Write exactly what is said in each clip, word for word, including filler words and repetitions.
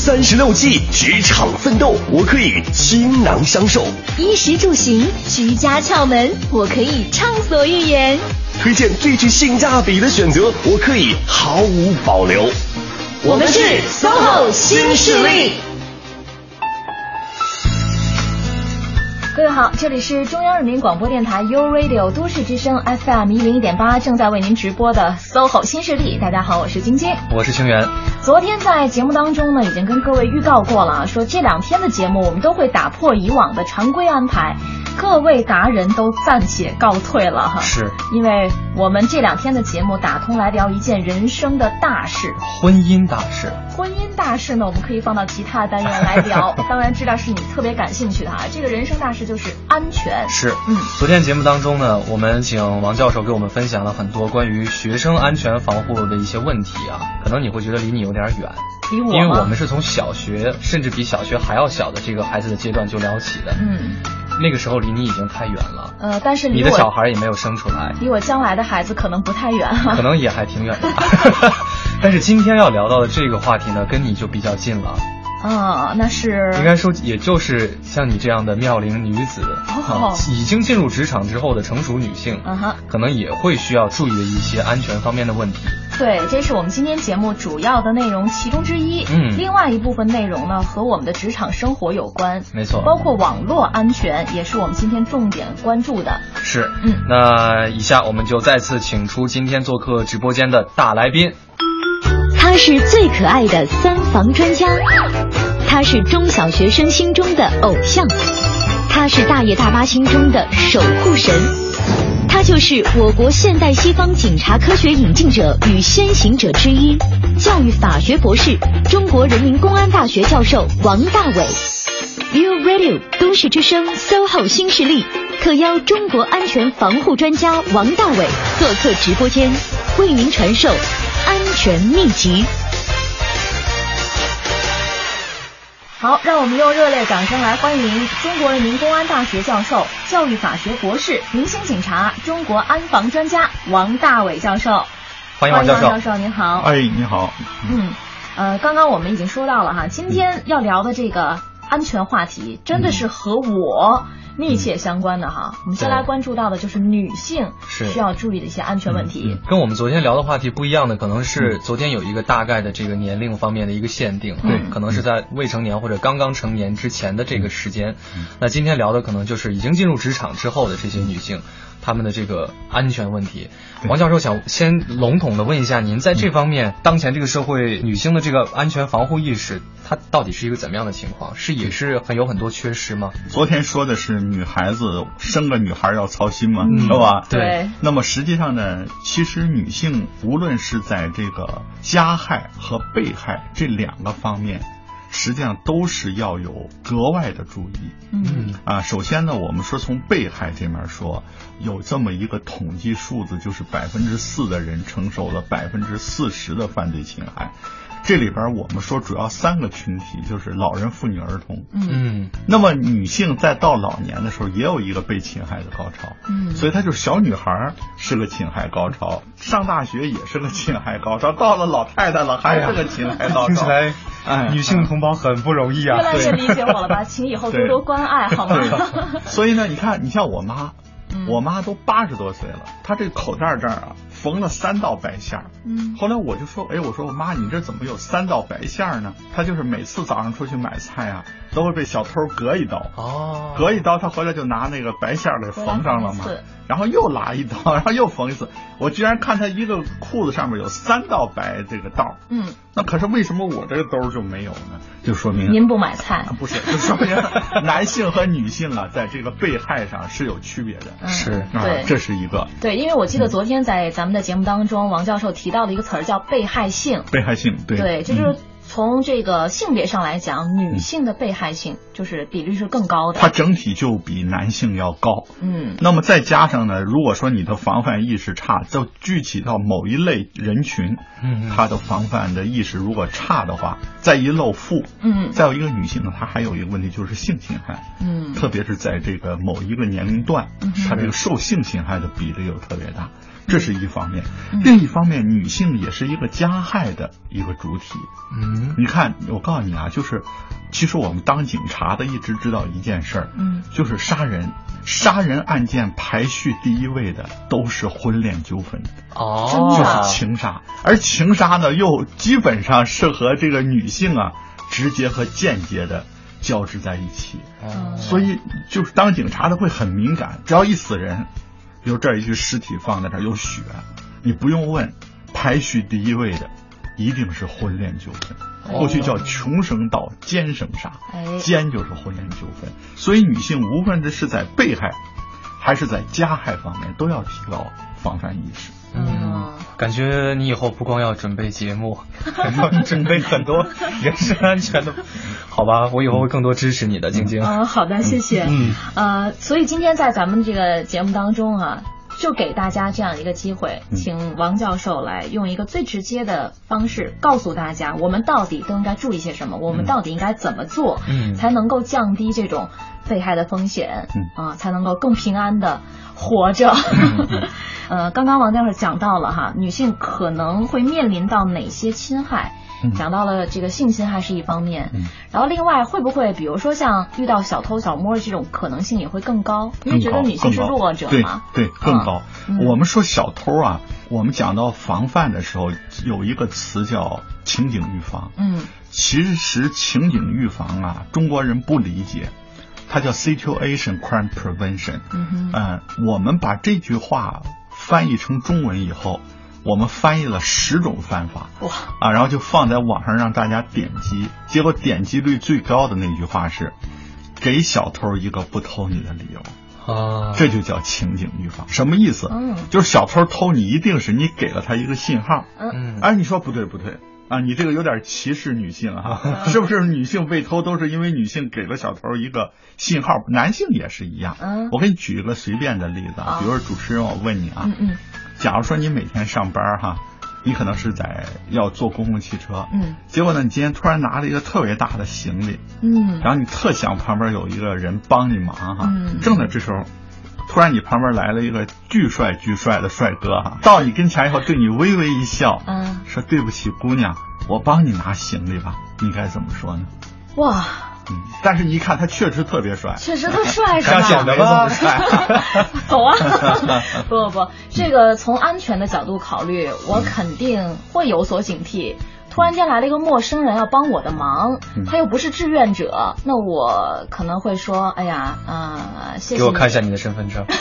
三十六计，职场奋斗，我可以倾囊相授； 衣食住行，居家窍门，我可以畅所欲言； 推荐最具性价比的选择，我可以毫无保留。 我们是 S O H O 新势力。各位好，这里是中央人民广播电台 U Radio 都市之声 F M 一零一点八，正在为您直播的 S O H O 新势力。大家好，我是晶晶， 我是清源。 昨天在节目当中呢，已经跟各位预告过了，说这两天的节目我们都会打破以往的常规安排，各位达人都暂且告退了哈。 是， 因为我们这两天的节目打通来聊一件人生的大事， 婚姻大事。 婚姻大事呢，我们可以放到其他单元来聊。当然，知道是你特别感兴趣的啊。这个人生大事就是安全。 是， 嗯， 昨天节目当中呢，我们请王教授给我们分享了很多关于学生安全防护的一些问题啊。可能你会觉得离你有点远， 离我， 因为我们是从小学，甚至比小学还要小的这个孩子的阶段就聊起的。 嗯， 那个时候离你已经太远了。 呃，但是离你的小孩也没有生出来， 离我将来的孩子可能不太远哈， 可能也还挺远的。但是今天要聊到的这个话题呢，跟你就比较近了。 啊、哦，那是应该说，也就是像你这样的妙龄女子、 哦啊，已经进入职场之后的成熟女性， 嗯哼， 可能也会需要注意的一些安全方面的问题。 对，这是我们今天节目主要的内容其中之一。 嗯， 另外一部分内容呢，和我们的职场生活有关。 没错， 包括网络安全也是我们今天重点关注的。 是， 嗯， 那以下我们就再次请出今天做客直播间的大来宾。 他是最可爱的三防专家，他是中小学生心中的偶像，他是大爷大妈心中的守护神，他就是我国现代西方警察科学引进者与先行者之一，教育法学博士，中国人民公安大学教授王大伟。U Radio 都市之声 S O H O 新势力特邀中国安全防护专家王大伟做客直播间，为您传授安全秘籍。 好，让我们用热烈掌声来欢迎中国人民公安大学教授、教育法学博士、明星警察、中国安防专家王大伟教授。 欢迎王教授。 王教授您好。 哎，你好。 嗯，呃，刚刚我们已经说到了哈，今天要聊的这个安全话题真的是和我密切相关的哈。嗯、我们先来关注到的就是女性需要注意的一些安全问题。 嗯嗯、跟我们昨天聊的话题不一样的，可能是昨天有一个大概的这个年龄方面的一个限定，对、嗯，可能是在未成年或者刚刚成年之前的这个时间。嗯、那今天聊的可能就是已经进入职场之后的这些女性。他们的这个安全问题，王教授想先笼统的问一下您，在这方面，当前这个社会女性的这个安全防护意识，它到底是一个怎么样的情况？是也是很有很多缺失吗？ 昨天说的是女孩子生个女孩要操心嘛， 嗯、 是吧？ 对。 那么实际上呢，其实女性无论是在这个加害和被害这两个方面，实际上都是要有格外的注意。 嗯啊，首先呢，我们说从被害这面说，有这么一个统计数字，就是百分之四的人承受了百分之四十的犯罪侵害。这里边我们说主要三个群体，就是老人、妇女、儿童。 嗯， 那么女性在到老年的时候，也有一个被侵害的高潮。 嗯， 所以她就是小女孩是个侵害高潮，上大学也是个侵害高潮，到了老太太了还是个侵害高潮。 听起来，哎，女性同胞很不容易啊。 越来越理解我了吧？请以后多多关爱，好吗？ 所以呢，你看，你像我妈。 嗯、 我妈都八十多岁了，她这口袋这儿啊缝了三道白线儿。 嗯， 后来我就说，哎，我说我妈，你这怎么有三道白线儿呢？她就是每次早上出去买菜啊，都会被小偷割一刀。 哦， 割一刀，她回来就拿那个白线儿给缝上了嘛。然后又拉一刀，然后又缝一次。我居然看她一个裤子上面有三道白这个道。 嗯， 那可是为什么我这个兜就没有呢？就说明您不买菜。 啊、不是，就说明男性和女性啊，在这个被害上是有区别的。 嗯、 是， 啊， 对， 这是一个。 对，因为我记得昨天在咱们的节目当中，嗯、王教授提到的一个词儿叫被害性。 被害性，对， 对，就是。嗯从这个性别上来讲，女性的被害性就是比率是更高的， 它整体就比男性要高。 嗯， 那么再加上呢，如果说你的防范意识差，就具体到某一类人群， 嗯， 他的防范的意识如果差的话，再一露富， 嗯， 再有一个女性呢，她还有一个问题就是性侵害， 嗯， 特别是在这个某一个年龄段， 嗯， 她这个受性侵害的比例又特别大。 这是一方面。嗯、另一方面，女性也是一个加害的一个主体。嗯，你看，我告诉你啊，就是其实我们当警察的一直知道一件事儿，嗯，就是杀人，杀人案件排序第一位的都是婚恋纠纷。 哦， 就是情杀，而情杀呢，又基本上是和这个女性啊直接和间接的交织在一起。哦，所以就是当警察的会很敏感，只要一死人，比如这儿一具尸体放在这儿有血，你不用问，排序第一位的一定是婚恋纠纷。过去叫穷生盗，奸生杀，奸就是婚恋纠纷。所以女性无论是在被害还是在加害方面，都要提高防范意识。 嗯，感觉你以后不光要准备节目，还要准备很多人身安全的，好吧？我以后会更多支持你的，晶晶。 嗯，好的，谢谢。嗯，呃，所以今天在咱们这个节目当中啊，就给大家这样一个机会，请王教授来用一个最直接的方式告诉大家，我们到底都应该注意些什么，我们到底应该怎么做，嗯，才能够降低这种被害的风险，嗯啊，才能够更平安的活着。嗯呃，刚刚王教授讲到了哈，女性可能会面临到哪些侵害，嗯、讲到了这个性侵害是一方面，嗯、然后另外会不会比如说像遇到小偷小摸这种可能性也会更高，因为觉得女性是弱者嘛， 对对，更高。嗯、我们说小偷啊，我们讲到防范的时候有一个词叫情景预防，嗯，其实情景预防啊，中国人不理解。它叫 Situation Crime Prevention。嗯, 嗯，我们把这句话翻译成中文以后，我们翻译了十种犯法。哇！啊，然后就放在网上让大家点击，结果点击率最高的那句话是：给小偷一个不偷你的理由。啊，这就叫情景预防。什么意思？嗯，就是小偷偷你一定是你给了他一个信号。嗯，哎，你说不对不对。啊，你这个有点歧视女性啊，是不是？女性被偷都是因为女性给了小偷一个信号，男性也是一样。嗯，我给你举一个随便的例子啊，比如说主持人，我问你啊，嗯嗯，假如说你每天上班哈，你可能是在要坐公共汽车，嗯，结果呢，你今天突然拿了一个特别大的行李，嗯，然后你特想旁边有一个人帮你忙哈，嗯，正在这时候。突然你旁边来了一个巨帅巨帅的帅哥哈，到你跟前以后对你微微一笑，嗯，说对不起姑娘，我帮你拿行李吧，你该怎么说呢？ 哇， 嗯，但是你一看他确实特别帅， 确实特帅是吧？ 显得这么帅， 走啊！不不不，这个从安全的角度考虑，我肯定会有所警惕。突然间来了一个陌生人要帮我的忙，他又不是志愿者，那我可能会说，哎呀，呃，谢谢你。 给我看一下你的身份证。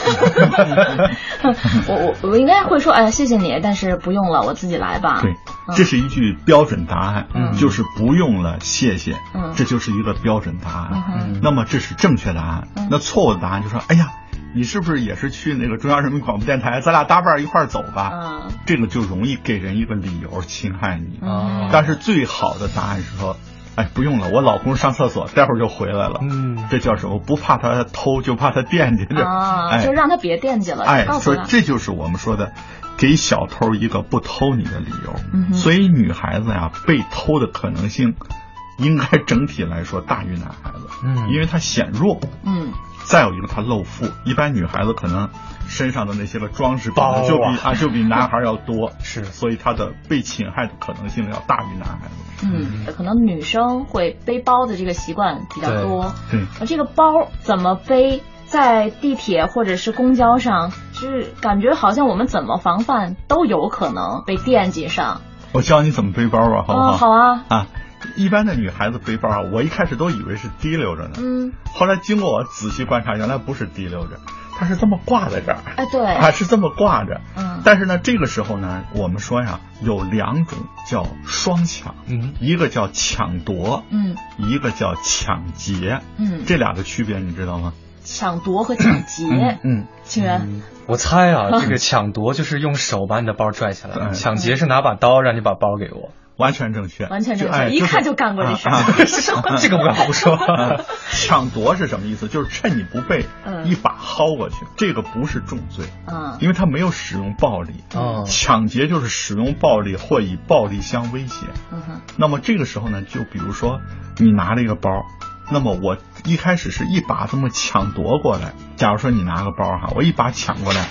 我我我应该会说，哎呀，谢谢你，但是不用了，我自己来吧。 对，嗯、这是一句标准答案，嗯、就是不用了，谢谢，嗯、这就是一个标准答案。嗯、那么这是正确答案，嗯、那错误的答案就说，哎呀。你是不是也是去那个中央人民广播电台？咱俩搭伴一块儿走吧。嗯，这个就容易给人一个理由侵害你。嗯，但是最好的答案是说，哎，不用了，我老公上厕所，待会儿就回来了。嗯，这叫什么？不怕他偷，就怕他惦记着。 啊，哎、就让他别惦记了。 哎，所以这就是我们说的，给小偷一个不偷你的理由。嗯，所以女孩子呀，被偷的可能性，应该整体来说大于男孩子。嗯，因为她显弱。嗯。再有一个，她露富，一般女孩子可能身上的那些个装饰品就比啊就比男孩要多， 是， 所以她的被侵害的可能性要大于男孩子。 嗯，可能女生会背包的这个习惯比较多， 对， 而这个包怎么背，在地铁或者是公交上，就是感觉好像我们怎么防范都有可能被惦记上。 我教你怎么背包吧，好不好？ 哦，好啊。 啊。一般的女孩子背包啊，我一开始都以为是提溜着呢，嗯，后来经过我仔细观察，原来不是提溜着，它是这么挂在这儿， 哎，对， 啊，是这么挂着，嗯，但是呢，这个时候呢，我们说呀，有两种叫双抢，嗯，一个叫抢夺，嗯，一个叫抢劫，嗯，这俩的区别你知道吗？ 抢夺和抢劫，嗯，清源、嗯， 我猜啊，这个抢夺就是用手把你的包拽起来，嗯、抢劫是拿把刀让你把包给我。 完全正确， 完全正确，哎、一看就干过这事。啊啊、这个不要胡说。 抢夺是什么意思？就是趁你不备，嗯、一把薅过去，这个不是重罪，嗯，因为他没有使用暴力。嗯，抢劫就是使用暴力或以暴力相威胁。嗯哼，那么这个时候呢，就比如说你拿了一个包，那么我一开始是一把这么抢夺过来。假如说你拿个包哈，我一把抢过来。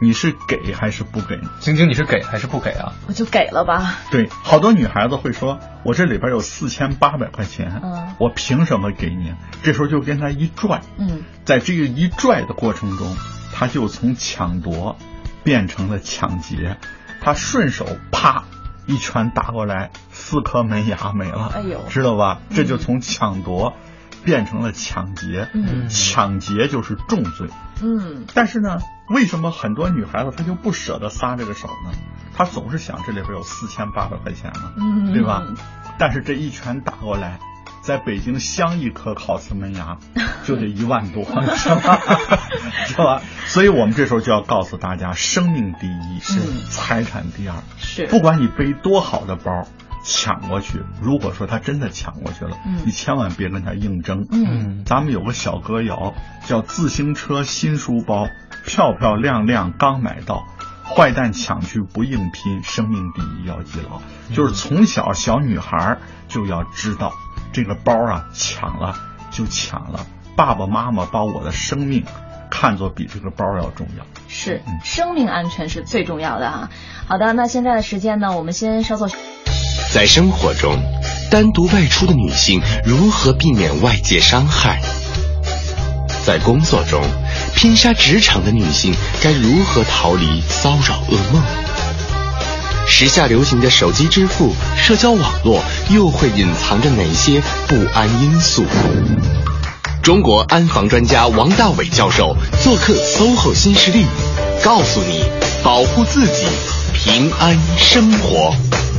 你是给还是不给？ 晶晶，你是给还是不给啊？ 我就给了吧。 对，好多女孩子会说，我这里边有四千八百块钱，嗯，我凭什么给你？这时候就跟他一拽，嗯，在这个一拽的过程中，他就从抢夺变成了抢劫，他顺手啪一拳打过来，四颗门牙没了，哎呦，知道吧？这就从抢夺变成了抢劫，嗯，抢劫就是重罪，嗯，但是呢，为什么很多女孩子她就不舍得撒这个手呢？她总是想这里边有四千八百块钱嘛，嗯，对吧？但是这一拳打过来，在北京镶一颗烤瓷门牙就得一万多，是吧？是吧？所以我们这时候就要告诉大家，生命第一，是财产第二，是不管你背多好的包。抢过去，如果说他真的抢过去了，嗯，你千万别跟他硬争。嗯，咱们有个小歌谣叫自行车新书包，漂漂亮亮刚买到，坏蛋抢去不硬拼，生命第一要记牢。嗯，就是从小小女孩就要知道，这个包啊抢了就抢了，爸爸妈妈把我的生命看作比这个包要重要。 是，嗯，生命安全是最重要的哈。好的，那现在的时间呢，我们先稍作。 在生活中，单独外出的女性如何避免外界伤害？在工作中，拼杀职场的女性该如何逃离骚扰噩梦？时下流行的手机支付、社交网络又会隐藏着哪些不安因素？中国安防专家王大伟教授做客 S O H O 新势力，告诉你保护自己，平安生活。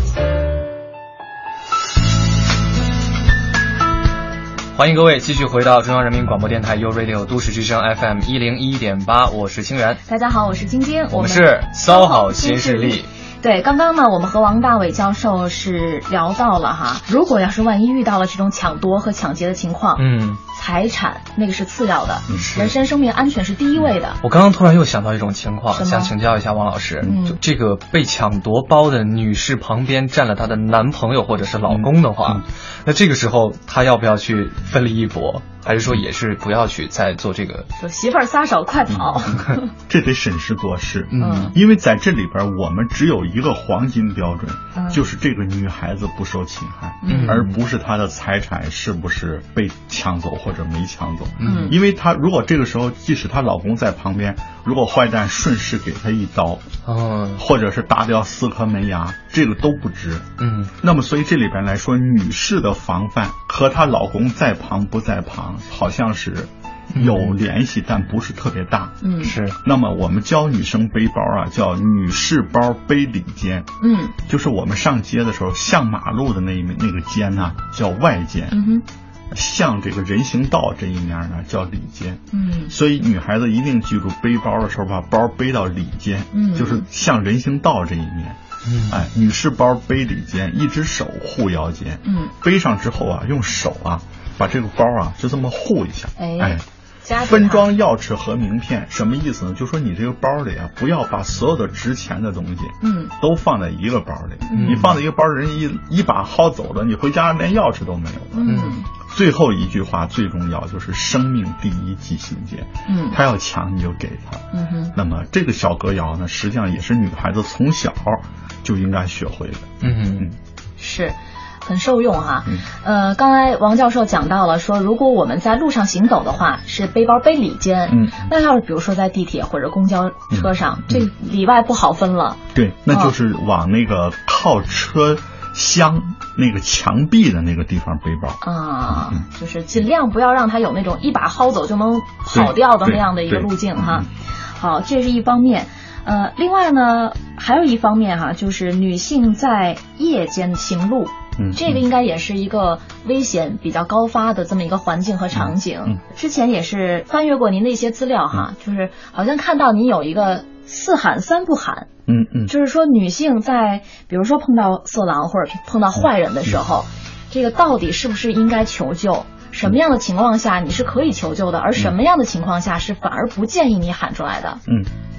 欢迎各位继续回到中央人民广播电台 U Radio 都市之声 F M 一零一点八，我是清源。 大家好，我是晶晶， 我们是 S O H O 新势力。 对，刚刚呢，我们和王大伟教授是聊到了哈，如果要是万一遇到了这种抢夺和抢劫的情况，嗯，财产那个是次要的，嗯，人身生命安全是第一位的。 我刚刚突然又想到一种情况，想请教一下王老师，嗯，这个被抢夺包的女士旁边站了她的男朋友或者是老公的话，嗯嗯，那这个时候她要不要去奋力一搏？还是说也是不要去再做这个？ 说媳妇儿撒手，快跑！ 嗯，这得审时度势，嗯，因为在这里边我们只有一个黄金标准，嗯，就是这个女孩子不受侵害，嗯，而不是她的财产是不是被抢走或者没抢走，嗯，因为她如果这个时候即使她老公在旁边，如果坏蛋顺势给她一刀，嗯，或者是打掉四颗门牙，这个都不值，嗯，那么所以这里边来说，女士的防范和她老公在旁不在旁好像是有联系，嗯，但不是特别大。嗯，是。那么我们教女生背包啊，叫女士包背里肩。嗯，就是我们上街的时候，向马路的那一面那个肩呢，叫外肩。嗯哼。向这个人行道这一面呢，叫里肩。嗯。所以女孩子一定记住，背包的时候把包背到里肩，嗯，就是向人行道这一面。嗯，哎，女士包背里肩，一只手护腰间。嗯，背上之后啊，用手啊。把这个包啊就这么护一下，哎，分装钥匙和名片，什么意思呢？就说你这个包里啊，不要把所有的值钱的东西，嗯，都放在一个包里。嗯，你放在一个包，人一一把薅走了，你回家连钥匙都没有了。嗯，最后一句话最重要，就是生命第一，记心间。嗯，他要抢你就给他。嗯哼。那么这个小歌谣呢，实际上也是女孩子从小就应该学会的。嗯哼， 是。很受用哈，呃，刚才王教授讲到了说，如果我们在路上行走的话，是背包背里肩，嗯，那要是比如说在地铁或者公交车上，嗯，这里外不好分了。 对，那就是往那个靠车厢那个墙壁的那个地方背包啊，嗯，就是尽量不要让它有那种一把薅走就能跑掉的那样的一个路径哈。好，这是一方面。呃，另外呢，还有一方面哈，就是女性在夜间行路。嗯，这个应该也是一个危险比较高发的这么一个环境和场景。嗯，之前也是翻阅过您的一些资料哈，嗯，就是好像看到您有一个四喊三不喊。嗯嗯，就是说女性在比如说碰到色狼或者碰到坏人的时候，嗯，这个到底是不是应该求救？什么样的情况下你是可以求救的，而什么样的情况下是反而不建议你喊出来的？嗯，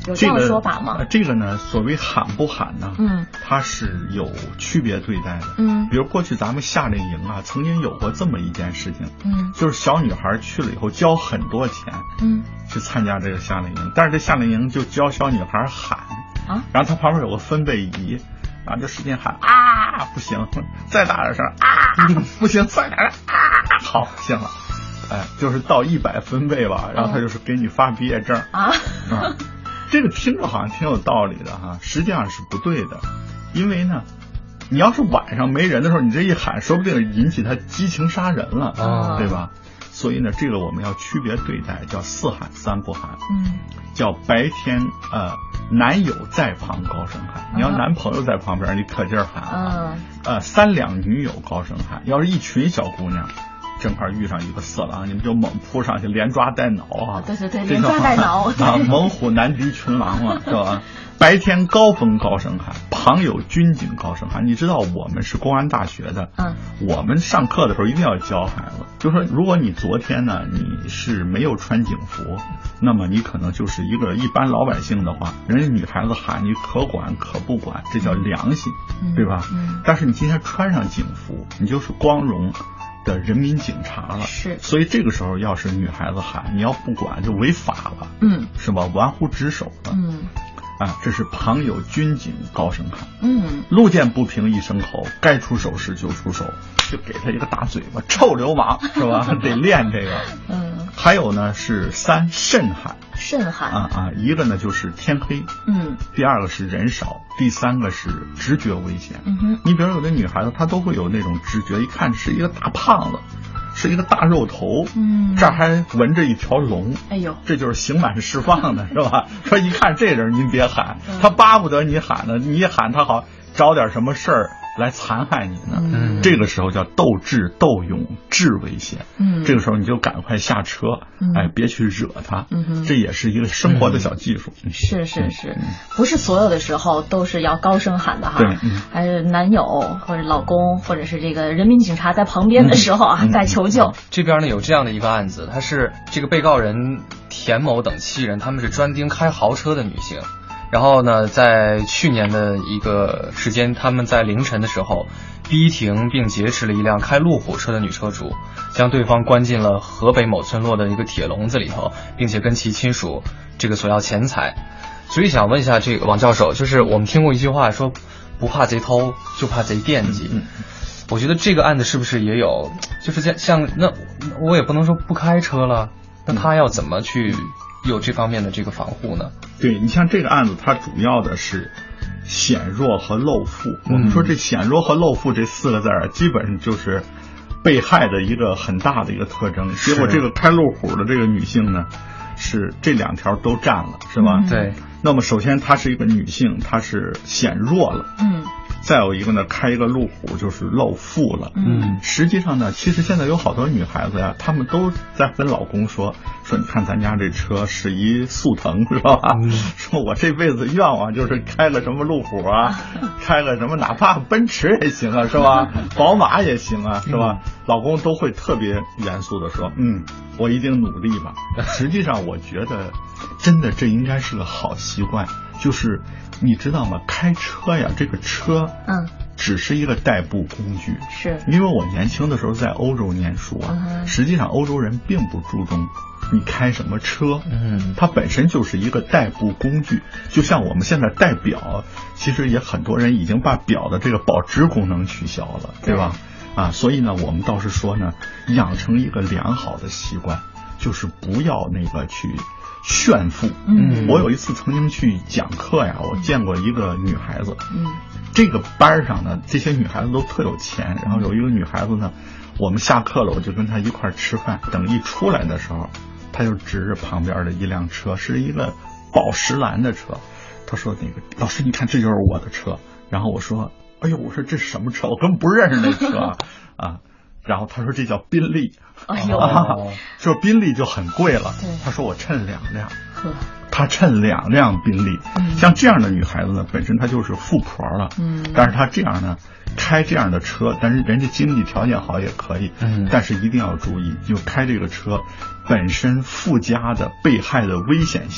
有这样的说法吗？ 这个、这个呢，所谓喊不喊呢？嗯，它是有区别对待的。嗯，比如过去咱们夏令营啊，曾经有过这么一件事情。嗯，就是小女孩去了以后交很多钱。嗯，去参加这个夏令营，但是这夏令营就教小女孩喊啊，然后她旁边有个分贝仪。然后就使劲喊啊，不行，再大点声啊，不行，再大点啊，好，行了，哎，就是到一百分贝吧，然后他就是给你发毕业证啊，啊，这个听着好像挺有道理的哈，实际上是不对的，因为呢，你要是晚上没人的时候，你这一喊，说不定引起他激情杀人了，啊，对吧？所以呢，这个我们要区别对待，叫四喊三不喊，嗯，叫白天呃。男友在旁高声喊，你要男朋友在旁边，你可劲儿喊啊！呃，三两女友高声喊，要是一群小姑娘，正好遇上一个色狼，你们就猛扑上去，连抓带挠啊！ 对对对，连抓带挠啊！猛虎难敌群狼嘛，是吧？白天高峰高声喊，旁有军警高声喊。你知道我们是公安大学的，嗯，我们上课的时候一定要教孩子，就是说，如果你昨天呢你是没有穿警服，那么你可能就是一个一般老百姓的话，人家女孩子喊你可管可不管，这叫良心，嗯、对吧？嗯。但是你今天穿上警服，你就是光荣的人民警察了， 是。 所以这个时候要是女孩子喊，你要不管就违法了，嗯，是吧？玩忽职守了，嗯。啊，这是旁有军警高声喊，嗯，路见不平一声吼，该出手时就出手，就给他一个大嘴巴，臭流氓，是吧？得练这个，嗯。还有呢是三慎喊， 慎喊啊啊，一个呢就是天黑，嗯，第二个是人少，第三个是直觉危险。嗯哼，你比如有的女孩子她都会有那种直觉，一看是一个大胖子。是一个大肉头，嗯，这儿还纹着一条龙， 哎呦， 这就是刑满释放的是吧？说一看这人您别喊，嗯、他巴不得你喊呢，你一喊他好找点什么事儿来残害你呢。嗯，这个时候叫斗智斗勇，智为先。嗯，这个时候你就赶快下车，嗯、哎，别去惹他。嗯哼，这也是一个生活的小技术。 嗯、是是是、嗯，不是所有的时候都是要高声喊的哈。 对，嗯、 还是男友或者老公或者是这个人民警察在旁边的时候啊，嗯、在求救。 这边呢有这样的一个案子，他是这个被告人田某等七人，他们是专盯开豪车的女性。然后呢，在去年的一个时间，他们在凌晨的时候逼停并劫持了一辆开路虎车的女车主，将对方关进了河北某村落的一个铁笼子里头，并且跟其亲属这个索要钱财。所以想问一下这个王教授，就是我们听过一句话说，不怕贼偷，就怕贼惦记。嗯，我觉得这个案子是不是也有，就是像像那我也不能说不开车了，那他要怎么去有这方面的这个防护呢？ 对，你像这个案子，它主要的是显弱和露富。嗯、我们说这显弱和露富这四个字啊，基本上就是被害的一个很大的一个特征。结果这个开路虎的这个女性呢，是这两条都占了，是吧？ 嗯、对。 那么首先她是一个女性，她是显弱了。嗯。再有一个呢，开一个路虎就是露富了。嗯，实际上呢，其实现在有好多女孩子呀，她们都在跟老公说说，你看咱家这车是一速腾，是吧？嗯、说我这辈子愿望就是开个什么路虎啊，开个什么哪怕奔驰也行啊，是吧？宝马也行啊，是吧？嗯、老公都会特别严肃的说，嗯，我一定努力吧。实际上，我觉得真的这应该是个好习惯，就是。你知道吗？开车呀，这个车，嗯，只是一个代步工具。 是， 因为我年轻的时候在欧洲念书啊，嗯、实际上欧洲人并不注重你开什么车，嗯，它本身就是一个代步工具。就像我们现在戴表，其实也很多人已经把表的这个保值功能取消了，对吧？啊，所以呢，我们倒是说呢，养成一个良好的习惯，就是不要那个去。炫富，嗯，我有一次曾经去讲课呀，我见过一个女孩子，嗯，这个班上呢，这些女孩子都特有钱，然后有一个女孩子呢，我们下课了，我就跟她一块吃饭，等一出来的时候，她就指着旁边的一辆车，是一个宝石蓝的车，她说那个老师，你看这就是我的车，然后我说，哎呦，我说这是什么车？我根本不认识那车啊。然后他说这叫宾利， 哎呦， 说宾利就很贵了。他说我趁两辆，他趁两辆宾利。嗯、像这样的女孩子呢，本身她就是富婆了。嗯，但是她这样呢，开这样的车，但是人家经济条件好也可以。嗯，但是一定要注意，就开这个车本身附加的被害的危险性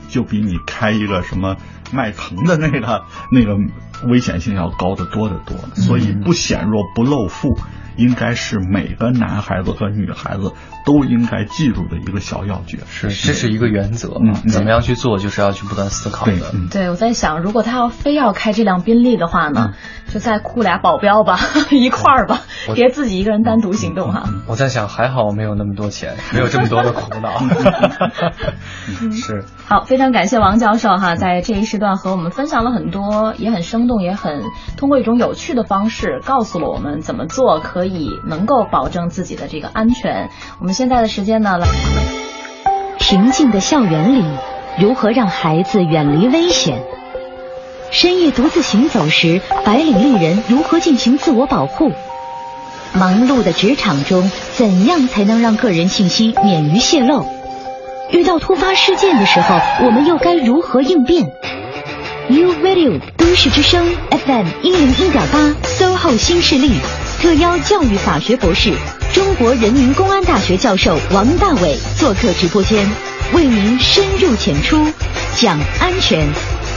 就比你开一个什么迈腾的那个那个危险性要高得多得多。所以不显弱不露富应该是每个男孩子和女孩子都应该记住的一个小要诀。 是，这是一个原则，嗯，怎么样去做，就是要去不断思考的。 对，嗯、对我在想，如果他要非要开这辆宾利的话呢，嗯、就再雇俩保镖吧，一块儿吧，别自己一个人单独行动哈、啊。 我在想，还好我没有那么多钱，没有这么多的苦恼。是。 好，非常感谢王教授哈，在这一时段和我们分享了很多，也很生动，也很通过一种有趣的方式，告诉了我们怎么做可以能够保证自己的这个安全。我们现在的时间呢，来平静的校园里，如何让孩子远离危险？深夜独自行走时，白领丽人如何进行自我保护？忙碌的职场中，怎样才能让个人信息免于泄露？遇到突发事件的时候，我们又该如何应变？ U Radio 都市之声 F M 一零一点八 S O H O 新势力特邀教育法学博士、中国人民公安大学教授王大伟做客直播间，为您深入浅出讲安全。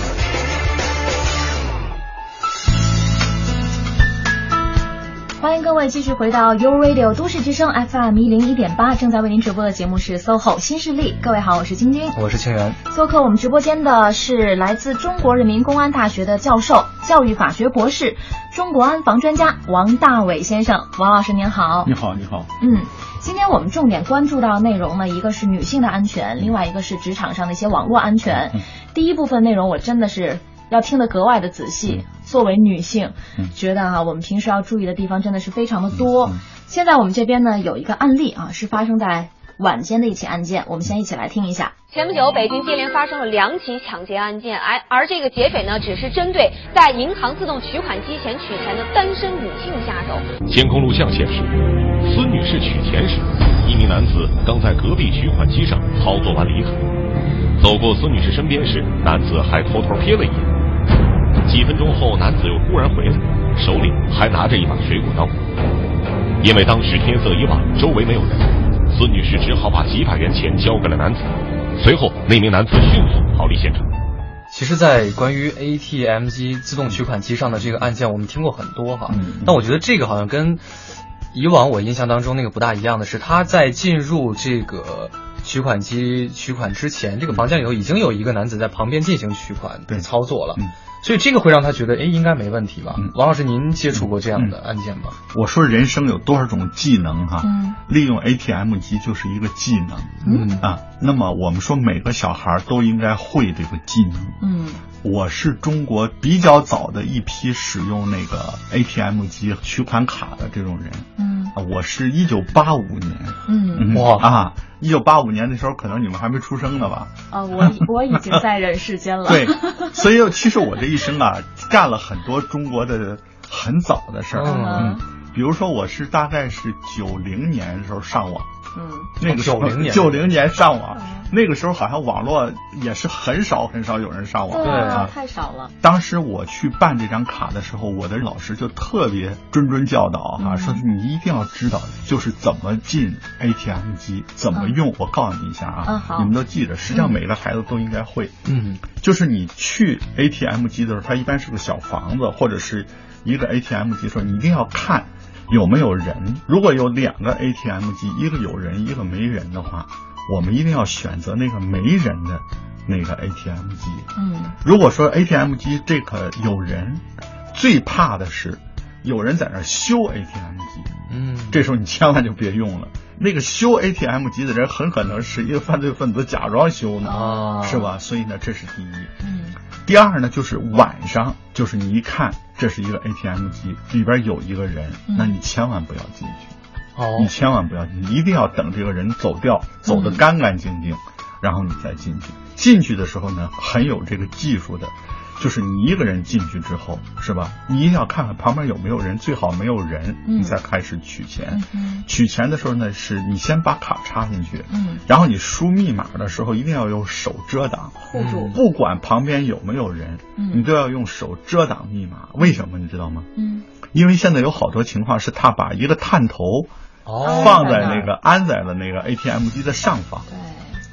欢迎各位继续回到 U Radio 都市之声 F M 一零一点八，正在为您直播的节目是 S O H O 新势力。各位好，我是晶晶， 我是清源。 做客我们直播间的是来自中国人民公安大学的教授、教育法学博士、中国安防专家王大伟先生。王老师您好。 你好，你好。 嗯，今天我们重点关注到的内容呢，一个是女性的安全，另外一个是职场上的一些网络安全。嗯、第一部分内容我真的是要听得格外的仔细。作为女性，觉得啊，我们平时要注意的地方真的是非常的多。现在我们这边呢有一个案例啊，是发生在晚间的一起案件，我们先一起来听一下。 前不久，北京接连发生了两起抢劫案件，而而这个劫匪呢，只是针对在银行自动取款机前取钱的单身女性下手。 监控录像显示，孙女士取钱时，一名男子刚在隔壁取款机上操作完离开，走过孙女士身边时，男子还偷偷瞥了一眼。几分钟后，男子又忽然回来，手里还拿着一把水果刀。因为当时天色已晚，周围没有人，孙女士只好把几百元钱交给了男子。随后，那名男子迅速逃离现场。 其实，在关于 A T M 机自动取款机上的这个案件，我们听过很多哈。嗯、但我觉得这个好像跟以往我印象当中那个不大一样的是，他在进入这个取款机取款之前，这个房间里头已经有一个男子在旁边进行取款的操作了。嗯所以这个会让他觉得，哎，应该没问题吧？嗯、王老师，您接触过这样的案件吗？ 嗯、我说人生有多少种技能哈？嗯、利用 A T M 机就是一个技能。嗯啊，那么我们说每个小孩都应该会这个技能。嗯，我是中国比较早的一批使用那个 A T M 机取款卡的这种人。嗯，啊、我是一九八五年。嗯哇啊！一九八五年的时候，可能你们还没出生呢吧？ 啊，我我已经在人世间了。 对，所以其实我这一生啊，干了很多中国的很早的事儿。嗯，比如说我是大概是九零年的时候上网。嗯，那个九零年九零年上网，嗯、那个时候好像网络也是很少很少有人上网。 对啊，太少了。 当时我去办这张卡的时候，我的老师就特别谆谆教导哈、啊，嗯、说你一定要知道，就是怎么进 A T M 机，怎么用。嗯、我告诉你一下啊，嗯、你们都记着，实际上每个孩子都应该会。嗯，就是你去 A T M 机的时候，它一般是个小房子或者是一个 A T M 机的时候，你一定要看有没有人。如果有两个 A T M 机，一个有人一个没人的话，我们一定要选择那个没人的那个 A T M 机。嗯，如果说 A T M 机这个有人，最怕的是有人在那修 A T M 机。嗯，这时候你千万就别用了。那个修 A T M 机的人很可能是一个犯罪分子假装修呢，哦、是吧？所以呢，这是第一。嗯，第二呢，就是晚上，就是你一看这是一个 A T M 机，里边有一个人，嗯、那你千万不要进去。哦，你千万不要进去，你一定要等这个人走掉，走得干干净净，嗯、然后你再进去。进去的时候呢，很有这个技术的。就是你一个人进去之后，是吧？你一定要看看旁边有没有人，最好没有人，嗯、你再开始取钱。嗯、取钱的时候呢，是你先把卡插进去，嗯、然后你输密码的时候一定要用手遮挡， 护住。 不管旁边有没有人，嗯、你都要用手遮挡密码。为什么你知道吗？嗯，因为现在有好多情况是他把一个探头放在那个安在了那个 A T M 机的上方。对。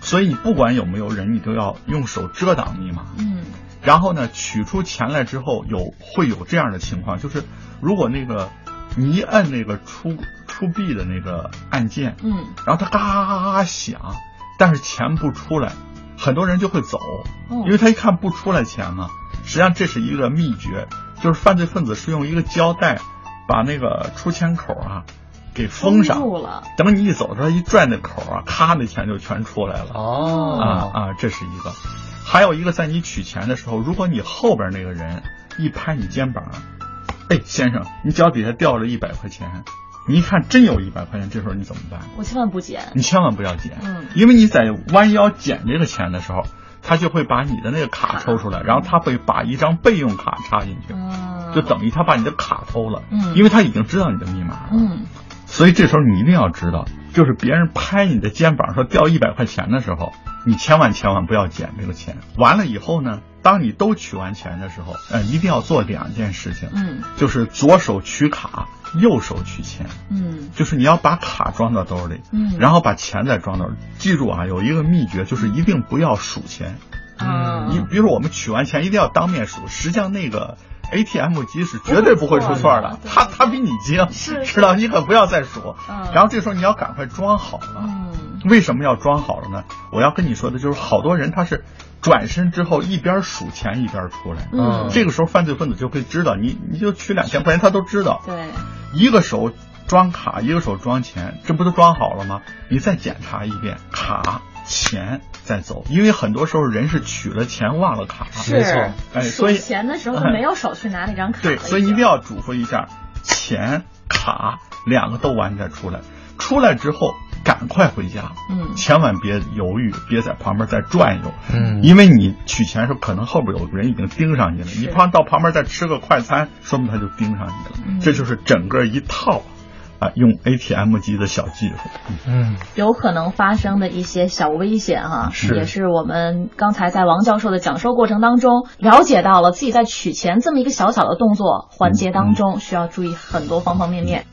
所以你不管有没有人，你都要用手遮挡密码。 嗯。 然后呢，取出钱来之后，有会有这样的情况，就是如果那个你一摁那个出出币的那个按键， 嗯， 然后它嘎嘎嘎嘎响，但是钱不出来，很多人就会走， 哦、 因为他一看不出来钱嘛。实际上这是一个秘诀，就是犯罪分子是用一个胶带把那个出钱口啊给封上， 封住了。 等你一走的时候，一拽那口啊，咔，那钱就全出来了。 哦， 啊啊，这是一个。还有一个，在你取钱的时候，如果你后边那个人一拍你肩膀，哎，先生，你脚底下掉了一百块钱，你一看真有一百块钱，这时候你怎么办？ 我千万不捡。 你千万不要捡， 嗯， 因为你在弯腰捡这个钱的时候，他就会把你的那个卡抽出来，然后他会把一张备用卡插进去， 嗯， 就等于他把你的卡偷了， 嗯， 因为他已经知道你的密码了， 嗯， 所以这时候你一定要知道，就是别人拍你的肩膀说掉一百块钱的时候，你千万千万不要捡这个钱。完了以后呢，当你都取完钱的时候，呃，一定要做两件事情， 嗯， 就是左手取卡，右手取钱， 嗯， 就是你要把卡装到兜里， 嗯， 然后把钱再装兜里。记住啊，有一个秘诀，就是一定不要数钱。 嗯， 你比如说我们取完钱一定要当面数，实际上那个 A T M 机是绝对不会出错的，他他比你精，知道你可不要再数。 嗯， 然后这时候你要赶快装好了。 嗯， 为什么要装好了呢？我要跟你说的就是，好多人他是转身之后一边数钱一边出来， 嗯， 这个时候犯罪分子就会知道你，你就取两千块钱，他都知道。 对， 一个手装卡，一个手装钱，这不都装好了吗？你再检查一遍卡。钱再走，因为很多时候人是取了钱忘了卡， 没错， 哎，所以钱的时候就没有手去拿那张卡， 对，所以你一定要嘱咐一下，钱卡两个都完全出来，出来之后赶快回家， 嗯， 千万别犹豫，别在旁边再转悠， 嗯， 因为你取钱的时候可能后边有人已经盯上你了，你旁到旁边再吃个快餐，说明他就盯上你了， 嗯， 这就是整个一套。啊，用 A T M 机的小技术， 嗯， 有可能发生的一些小危险哈， 是也是我们刚才在王教授的讲授过程当中了解到了，自己在取钱这么一个小小的动作环节当中，需要注意很多方方面面。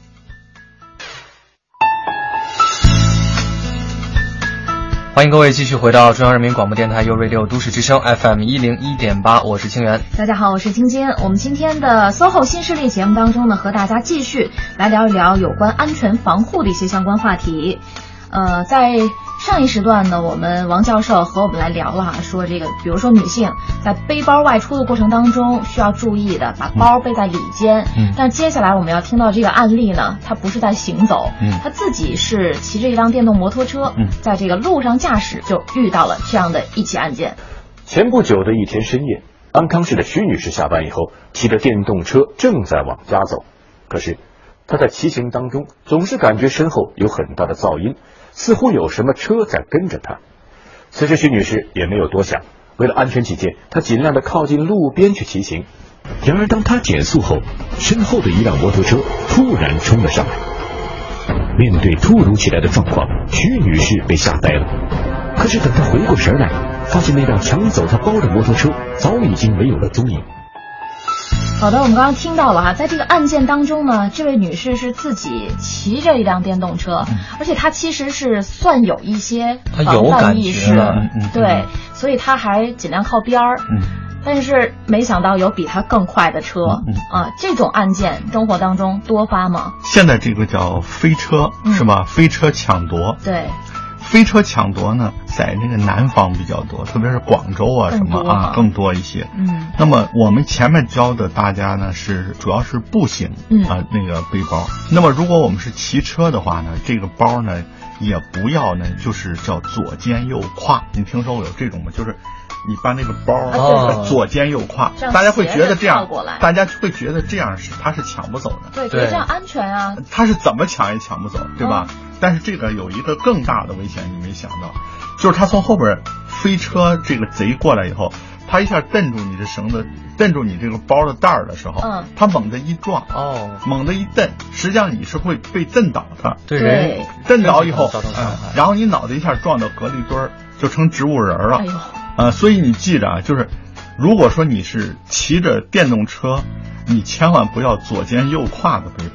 欢迎各位继续回到中央人民广播电台 U Radio 都市之声 F M 一零一点八，我是清源。 大家好，我是晶晶。我们今天的 S O H O 新势力节目当中呢，和大家继续来聊一聊有关安全防护的一些相关话题。呃，在上一时段呢，我们王教授和我们来聊了哈，说这个，比如说女性在背包外出的过程当中需要注意的，把包背在里间。 嗯。 但接下来我们要听到这个案例呢，他不是在行走， 嗯， 他自己是骑着一辆电动摩托车， 嗯， 在这个路上驾驶，就遇到了这样的一起案件。 前不久的一天深夜，安康市的徐女士下班以后，骑着电动车正在往家走，可是她在骑行当中总是感觉身后有很大的噪音，似乎有什么车在跟着她。此时徐女士也没有多想，为了安全起见，她尽量的靠近路边去骑行。然而当她减速后，身后的一辆摩托车突然冲了上来。面对突如其来的状况，徐女士被吓呆了。可是等她回过神来，发现那辆抢走她包的摩托车早已经没有了踪影。 好的，我们刚刚听到了哈，在这个案件当中呢，这位女士是自己骑着一辆电动车，嗯、而且她其实是算有一些防范意识， 嗯嗯、 对，所以她还尽量靠边儿。嗯，但是没想到有比她更快的车，嗯、啊，这种案件生活当中多发吗？ 现在这个叫飞车、嗯、是吧？飞车抢夺， 对。 飞车抢夺呢，在那个南方比较多，特别是广州啊什么啊更多一些。嗯，那么我们前面教的大家呢是主要是步行，嗯啊那个背包。那么如果我们是骑车的话呢，这个包呢也不要呢就是叫左肩右挎。你听说过有这种吗？就是你把那个包啊左肩右挎，大家会觉得这样，大家会觉得这样是他是抢不走的。 对，觉得这样安全啊。 他是怎么抢也抢不走，对吧？嗯，但是这个有一个更大的危险，你没想到，就是他从后边飞车这个贼过来以后，他一下蹬住你的绳子，蹬住你这个包的带儿的时候，嗯，他猛地一撞，哦，猛地一蹬，实际上你是会被蹬倒的， 对人蹬倒以后，嗯，然后你脑袋一下撞到隔离墩儿，就成植物人了，哎呦，呃，所以你记着啊，就是如果说你是骑着电动车，你千万不要左肩右挎的背包。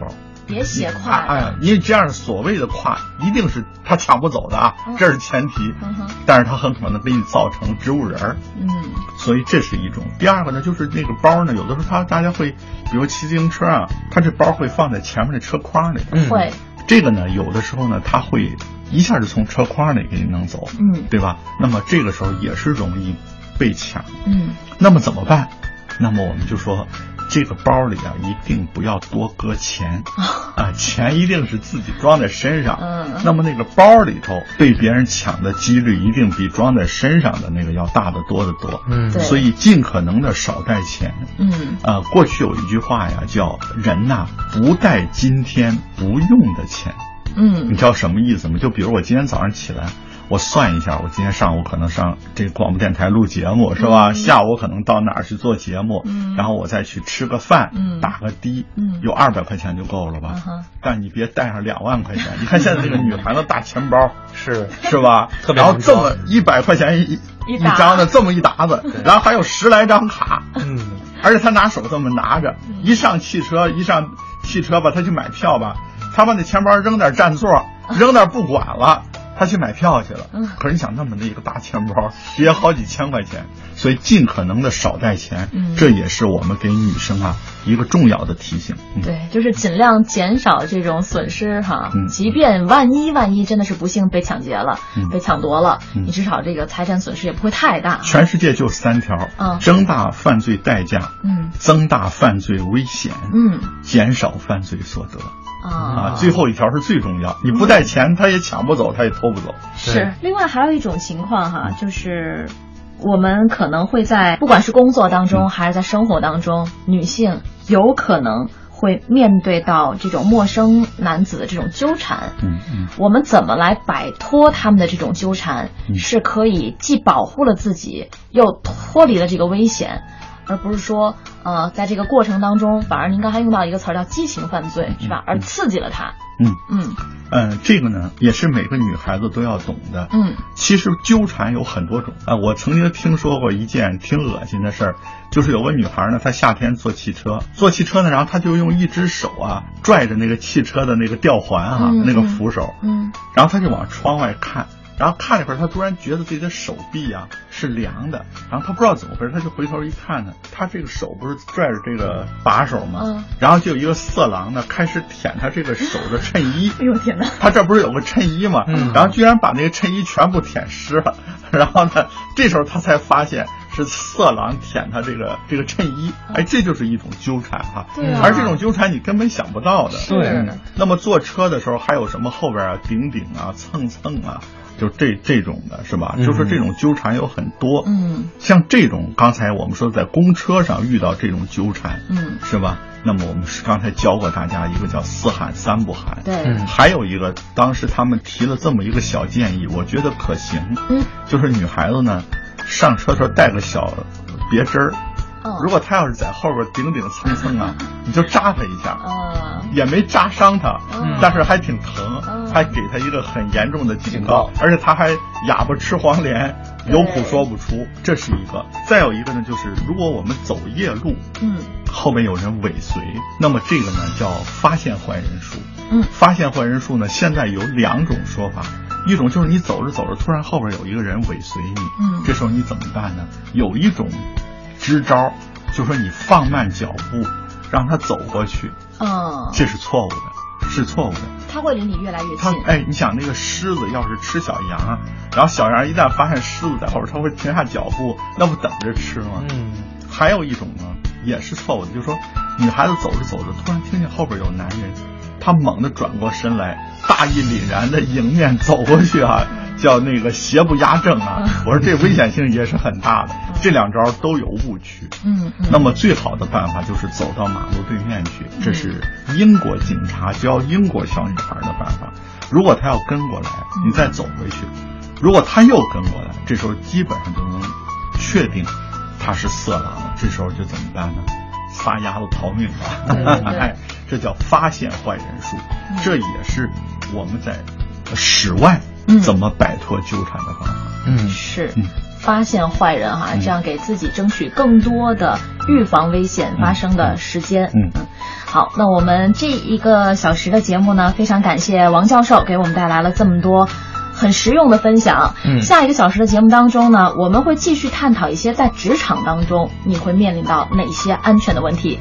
别写挎。 哎呀，因为这样所谓的挎，一定是他抢不走的啊，嗯、这是前提。嗯、但是他很可能给你造成植物人儿。嗯，所以这是一种。第二个呢，就是那个包呢，有的时候他大家会，比如骑自行车啊，他这包会放在前面的车筐里。 嗯，会。 这个呢，有的时候呢，他会一下就从车筐里给你弄走。嗯，对吧？那么这个时候也是容易被抢。嗯，那么怎么办？那么我们就说。这个包里啊，一定不要多搁钱啊，钱一定是自己装在身上。嗯，那么那个包里头被别人抢的几率一定比装在身上的那个要大得多得多。嗯，所以尽可能的少带钱。嗯，啊，过去有一句话呀，叫人呐、啊、不带今天不用的钱。嗯，你知道什么意思吗？就比如我今天早上起来。我算一下，我今天上午可能上这个广播电台录节目是吧？嗯、下午可能到哪儿去做节目，嗯、然后我再去吃个饭，嗯、打个的，嗯、有二百块钱就够了吧？嗯、但你别带上两万块钱。你看现在这个女孩子大钱包是是吧？特别然后这么一百块钱一一张的这么一沓子，然后还有十来张卡，嗯，而且她拿手这么拿着，一上汽车一上汽车吧，她去买票吧，她把那钱包扔点占座，扔点不管了。他去买票去了，可是你想那么的一个大钱包，也好几千块钱，所以尽可能的少带钱，嗯、这也是我们给女生啊一个重要的提醒。 嗯、对，就是尽量减少这种损失哈。嗯、即便万一万一真的是不幸被抢劫了，嗯、被抢夺了，嗯、你至少这个财产损失也不会太大。 全世界就三条：嗯、增大犯罪代价，嗯，增大犯罪危险，嗯，减少犯罪所得。啊，最后一条是最重要，你不带钱，他也抢不走，他也偷不走。 是，另外还有一种情况哈，就是我们可能会在不管是工作当中还是在生活当中，女性有可能会面对到这种陌生男子的这种纠缠。嗯嗯，我们怎么来摆脱他们的这种纠缠，嗯、是可以既保护了自己，又脱离了这个危险。而不是说，呃，在这个过程当中，反而您刚才用到一个词儿叫激情犯罪，是吧？而刺激了他。 嗯嗯嗯、呃，这个呢，也是每个女孩子都要懂的。嗯，其实纠缠有很多种啊、呃。我曾经听说过一件挺恶心的事儿，就是有个女孩呢，她夏天坐汽车，坐汽车呢，然后她就用一只手啊拽着那个汽车的那个吊环啊，嗯、那个扶手，嗯，然后她就往窗外看。然后看了一会儿，他突然觉得自己的手臂啊是凉的，然后他不知道怎么回事，他就回头一看呢，他这个手不是拽着这个把手吗？嗯，然后就有一个色狼呢开始舔他这个手的衬衣。 哎呦天哪！ 他这不是有个衬衣吗？嗯，然后居然把那个衬衣全部舔湿了。然后呢，这时候他才发现是色狼舔他这个这个衬衣。哎，这就是一种纠缠哈。对啊。而这种纠缠你根本想不到的。 对。 那么坐车的时候还有什么后边啊顶顶啊蹭蹭啊？就这这种的是吧？嗯、就是这种纠缠有很多，嗯，像这种刚才我们说在公车上遇到这种纠缠，嗯，是吧？那么我们是刚才教过大家一个叫四喊三不喊， 对，嗯、 还有一个当时他们提了这么一个小建议，我觉得可行，嗯，就是女孩子呢上车时候带个小别针儿。如果他要是在后边顶顶蹭蹭啊，你就扎他一下，也没扎伤他，但是还挺疼，还给他一个很严重的警告，而且他还哑巴吃黄连，有苦说不出，这是一个。再有一个呢，就是如果我们走夜路，嗯，后面有人尾随，那么这个呢叫发现坏人术。嗯，发现坏人术呢，现在有两种说法。一种就是你走着走着，突然后边有一个人尾随你，嗯，这时候你怎么办呢？有一种支招，就说你放慢脚步，让他走过去。嗯，这是错误的，是错误的。 他会离你越来越近。哎，你想那个狮子要是吃小羊，然后小羊一旦发现狮子在后边，他会停下脚步，那不等着吃吗？嗯。还有一种呢，也是错误的，就是说女孩子走着走着，突然听见后边有男人，他猛地转过身来，大义凛然的迎面走过去啊。叫那个邪不压正啊！我说这危险性也是很大的，这两招都有误区。嗯，那么最好的办法就是走到马路对面去，这是英国警察教英国小女孩的办法。如果他要跟过来，你再走回去；如果他又跟过来，这时候基本上就能确定他是色狼了。这时候就怎么办呢？撒丫子逃命吧！哎，这叫发现坏人术，这也是我们在室外。怎么摆脱纠缠的方法？ 嗯，是，嗯、发现坏人哈，这样给自己争取更多的预防危险发生的时间。 嗯， 嗯好，那我们这一个小时的节目呢，非常感谢王教授给我们带来了这么多很实用的分享。 嗯， 下一个小时的节目当中呢，我们会继续探讨一些在职场当中你会面临到哪些安全的问题。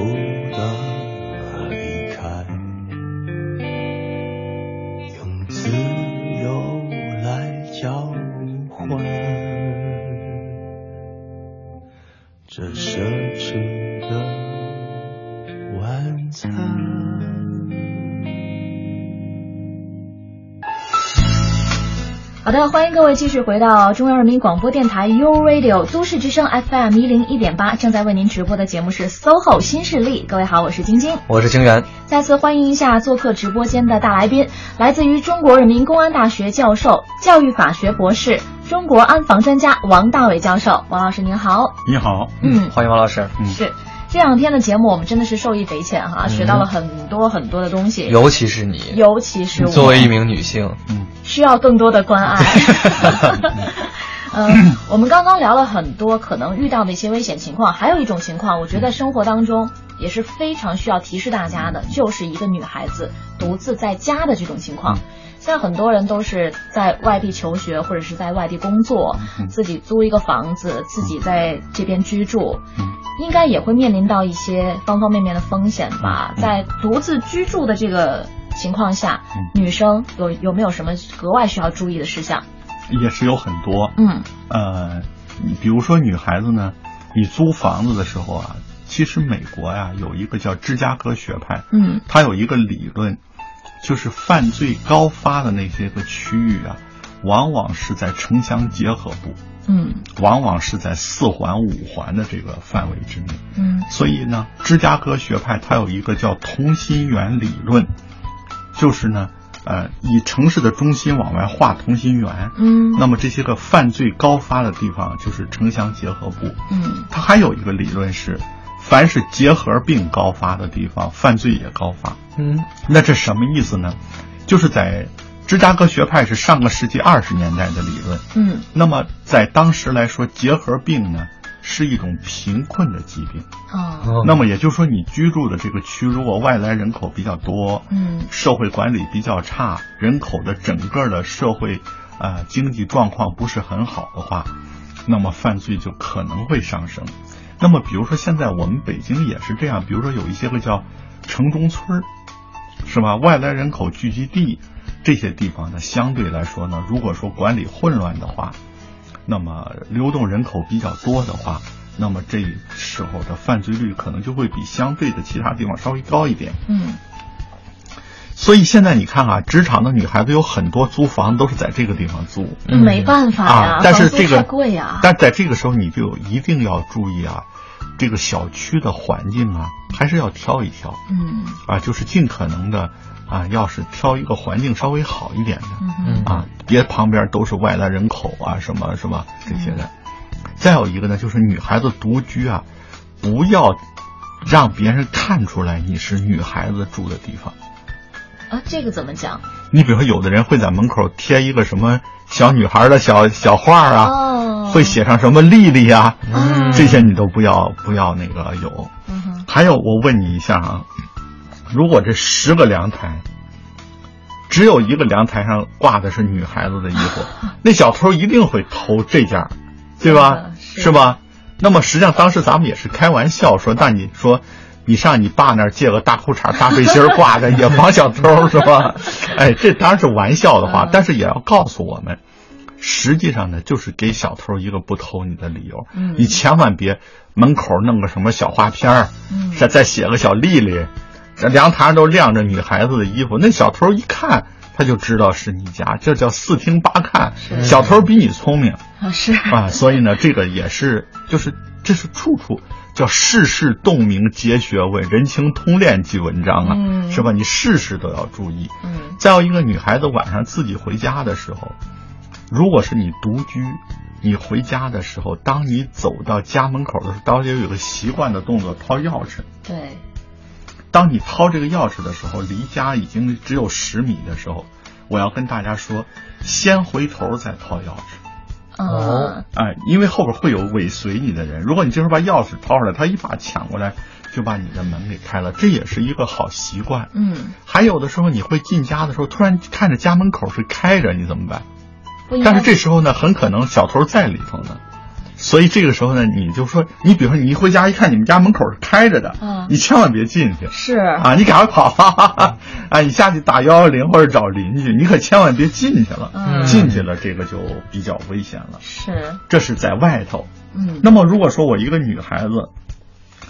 用自吃的晚餐。 好的，欢迎各位继续回到中央人民广播电台 U Radio 都市之声 F M 一零一点八，正在为您直播的节目是 S O H O 新势力。各位好，我是晶晶， 我是清源。 再次欢迎一下做客直播间的大来宾，来自于中国人民公安大学教授、教育法学博士、中国安防专家王大伟教授。王老师您好。 你好。 嗯， 欢迎王老师。 嗯，是。这两天的节目我们真的是受益匪浅哈，学到了很多很多的东西， 尤其是你， 尤其是我作为一名女性， 嗯，需要更多的关爱。嗯，我们刚刚聊了很多可能遇到的一些危险情况，还有一种情况，我觉得生活当中也是非常需要提示大家的，就是一个女孩子独自在家的这种情况。现在很多人都是在外地求学或者是在外地工作，自己租一个房子，自己在这边居住，应该也会面临到一些方方面面的风险吧。在独自居住的这个情况下，女生有有没有什么格外需要注意的事项？ 也是有很多。 嗯， 呃，你比如说女孩子呢，你租房子的时候啊，其实美国呀有一个叫芝加哥学派， 嗯， 它有一个理论，就是犯罪高发的那些个区域啊，往往是在城乡结合部， 嗯， 往往是在四环五环的这个范围之内， 嗯， 所以呢，芝加哥学派它有一个叫同心圆理论，就是呢，呃，以城市的中心往外画同心圆， 嗯， 那么这些个犯罪高发的地方就是城乡结合部， 嗯， 它还有一个理论是，凡是结核病高发的地方，犯罪也高发。 嗯， 那这什么意思呢？就是在芝加哥学派是上个世纪二十年代的理论。 嗯， 那么在当时来说，结核病呢是一种贫困的疾病。 哦， 那么也就是说，你居住的这个区，如果外来人口比较多， 嗯， 社会管理比较差，人口的整个的社会呃经济状况不是很好的话，那么犯罪就可能会上升。那么比如说现在我们北京也是这样，比如说有一些个叫城中村，是吧？外来人口聚集地这些地方呢，相对来说呢，如果说管理混乱的话，那么流动人口比较多的话，那么这时候的犯罪率可能就会比相对的其他地方稍微高一点。 嗯， 所以现在你看啊，职场的女孩子有很多租房都是在这个地方租， 嗯、没办法呀、 啊，但是这个太贵呀。 但在这个时候你就一定要注意啊，这个小区的环境啊，还是要挑一挑。 嗯， 啊，就是尽可能的啊，要是挑一个环境稍微好一点的， 嗯啊，别旁边都是外来人口啊，什么什么这些的。再有一个呢，就是女孩子独居啊，不要让别人看出来你是女孩子住的地方。 啊，这个怎么讲？ 你比如说，有的人会在门口贴一个什么小女孩的小小画啊， 哦， 会写上什么丽丽啊， 嗯， 这些你都不要不要那个有。 嗯哼， 还有，我问你一下啊，如果这十个阳台，只有一个阳台上挂的是女孩子的衣服，那小偷一定会偷这件，对吧？ 是, 是吧？那么实际上当时咱们也是开玩笑说，那你说你上你爸那儿借个大裤衩大背心挂着也防小偷是吧？哎，这当然是玩笑的话，但是也要告诉我们，实际上呢，就是给小偷一个不偷你的理由。 嗯， 你千万别门口弄个什么小花片儿， 嗯， 再再写个小丽丽，这凉台上都晾着女孩子的衣服，那小偷一看他就知道是你家，这叫四听八看。小偷比你聪明啊，是啊，所以呢，这个也是，就是这是处处叫世事洞明皆学问，人情通练即文章啊， 嗯， 是吧？你事事都要注意。 嗯， 再有一个，女孩子晚上自己回家的时候，如果是你独居，你回家的时候，当你走到家门口的时候，大家有个习惯的动作，掏钥匙。 对。 当你掏这个钥匙的时候，离家已经只有十米的时候，我要跟大家说，先回头再掏钥匙。 哦， 哎，因为后边会有尾随你的人，如果你这时候把钥匙掏出来，他一把抢过来，就把你的门给开了，这也是一个好习惯。 嗯， 还有的时候你会进家的时候，突然看着家门口是开着，你怎么办？ 不但是这时候呢，很可能小偷在里头呢。所以这个时候呢，你就说，你比如说你一回家一看你们家门口是开着的， 嗯， 你千万别进去， 是啊，你赶快跑，哈哈哈啊，你下去打幺幺零或者找邻居，你可千万别进去了， 嗯， 进去了这个就比较危险了。 是， 这是在外头， 嗯， 那么如果说我一个女孩子，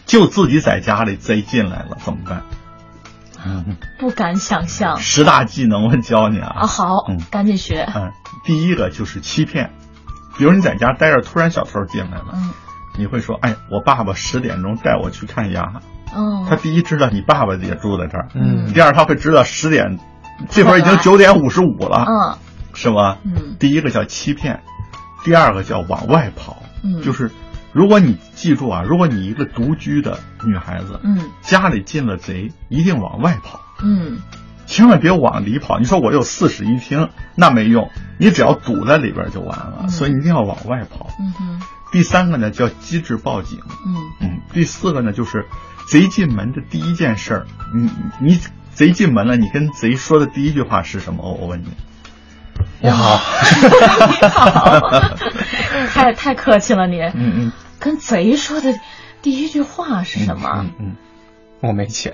就自己在家里贼进来了怎么办？ 嗯，不敢想象。 十大技能我教你啊！ 啊，好，嗯，赶紧学。 嗯，第一个就是欺骗，比如你在家待着，突然小偷进来了，嗯，你会说，哎，我爸爸十点钟带我去看牙。 嗯， 他第一知道你爸爸也住在这儿，嗯，第二他会知道十点，这会儿已经九点五十五了， 嗯， 是吧？ 嗯， 第一个叫欺骗，第二个叫往外跑， 嗯， 就是如果你记住啊，如果你一个独居的女孩子， 嗯， 家里进了贼，一定往外跑， 嗯， 千万别往里跑。你说我有四室一厅，那没用，你只要堵在里边就完了， 嗯、 所以一定要往外跑。 嗯哼。 第三个呢叫机智报警， 嗯嗯。第四个呢就是贼进门的第一件事儿，你你贼进门了，你跟贼说的第一句话是什么？我我问你。 你好， 你好，太太客气了你。 嗯嗯。 跟贼说的第一句话是什么？ 嗯 嗯, 嗯， 我没钱。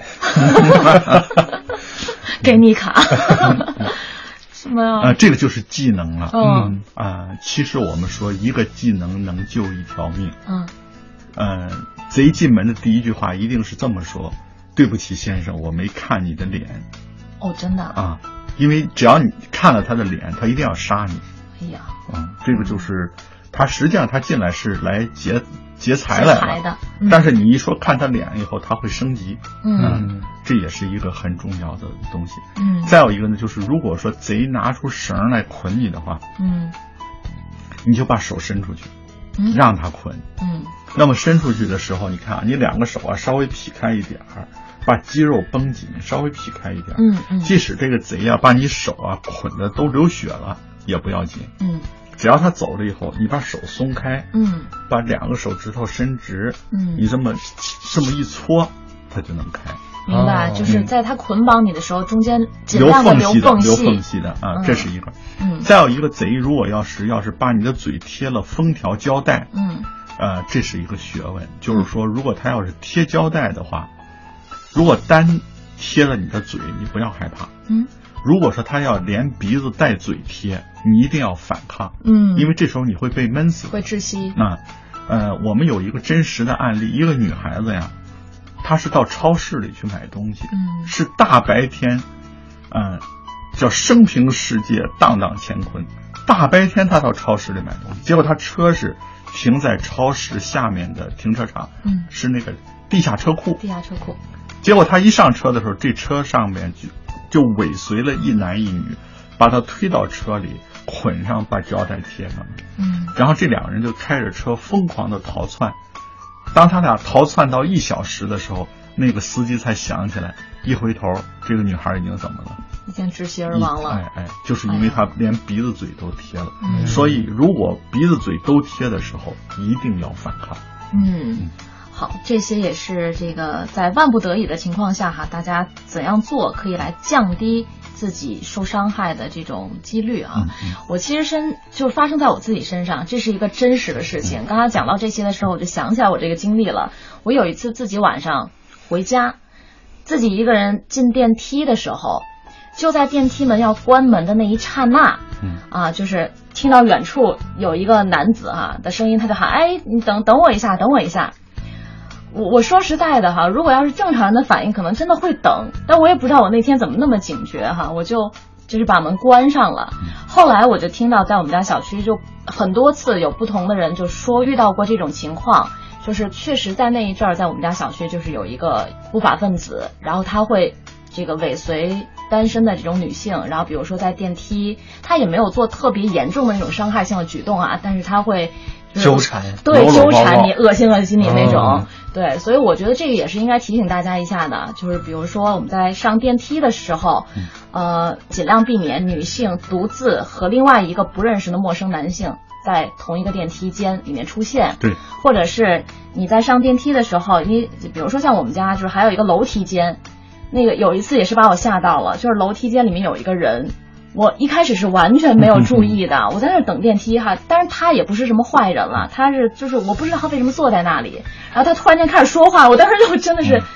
给你卡。什么呀？ 啊、呃，这个就是技能了。 嗯啊、呃，其实我们说一个技能能救一条命。 嗯。 呃，贼进门的第一句话一定是这么说：“对不起，先生，我没看你的脸。” 哦，真的啊，因为只要你看了他的脸，他一定要杀你。 哎呀， 嗯，这个就是他实际上他进来是来劫劫财来了的、 嗯，但是你一说看他脸以后，他会升级。 嗯， 嗯这也是一个很重要的东西。 嗯， 再有一个呢，就是如果说贼拿出绳来捆你的话， 嗯， 你就把手伸出去。 嗯、 让他捆， 嗯， 那么伸出去的时候，你看啊，你两个手啊稍微劈开一点儿，把肌肉绷紧，稍微劈开一点， 嗯嗯， 即使这个贼啊把你手啊捆的都流血了也不要紧， 嗯， 只要他走了以后，你把手松开， 嗯， 把两个手指头伸直， 嗯， 你这么这么一搓，它就能开。 明白， 哦、 就是在他捆绑你的时候，中间尽留量的缝隙的， 缝留缝隙的啊， 嗯、 这是一个。 嗯， 再有一个贼，如果要是要是把你的嘴贴了封条胶带， 嗯， 呃，这是一个学问，就是说，如果他要是贴胶带的话，如果单贴了你的嘴，你不要害怕。 嗯， 如果说他要连鼻子带嘴贴，你一定要反抗。 嗯， 因为这时候你会被闷死， 会窒息。 那，呃，我们有一个真实的案例，一个女孩子呀。他是到超市里去买东西， 嗯， 是大白天，嗯、呃，叫生平世界荡荡乾坤。大白天他到超市里买东西，结果他车是停在超市下面的停车场， 嗯， 是那个地下车库。 地下车库。 结果他一上车的时候，这车上面就就尾随了一男一女，把他推到车里，捆上，把胶带贴上， 嗯， 然后这两个人就开着车疯狂的逃窜。当他俩逃窜到一小时的时候，那个司机才想起来，一回头，这个女孩已经怎么了？ 已经窒息而亡了。 哎哎，就是因为她连鼻子嘴都贴了。 嗯， 所以如果鼻子嘴都贴的时候，一定要反抗。 嗯。嗯好，这些也是这个在万不得已的情况下哈，大家怎样做可以来降低自己受伤害的这种几率啊。 嗯嗯、 我其实身就发生在我自己身上，这是一个真实的事情。嗯、刚刚讲到这些的时候，我就想起来我这个经历了。我有一次自己晚上回家，自己一个人进电梯的时候，就在电梯门要关门的那一刹那， 嗯啊，就是听到远处有一个男子啊的声音，他就喊：“哎，你等等我一下，等我一下。”我我说实在的哈，如果要是正常人的反应，可能真的会等，但我也不知道我那天怎么那么警觉哈，我就就是把门关上了。后来我就听到在我们家小区就很多次有不同的人就说遇到过这种情况，就是确实在那一阵儿在我们家小区就是有一个不法分子，然后他会这个尾随单身的这种女性，然后比如说在电梯，他也没有做特别严重的那种伤害性的举动啊，但是他会纠缠， 对，纠缠你， 搂恶心恶心你那种、 哦， 对，所以我觉得这个也是应该提醒大家一下的，就是比如说我们在上电梯的时候， 嗯、 呃，尽量避免女性独自和另外一个不认识的陌生男性在同一个电梯间里面出现， 对， 或者是你在上电梯的时候，你比如说像我们家就是还有一个楼梯间，那个有一次也是把我吓到了，就是楼梯间里面有一个人。我一开始是完全没有注意的，我在那儿等电梯哈，但是他也不是什么坏人了，他是就是我不知道他为什么坐在那里，然后他突然间开始说话，我当时就真的是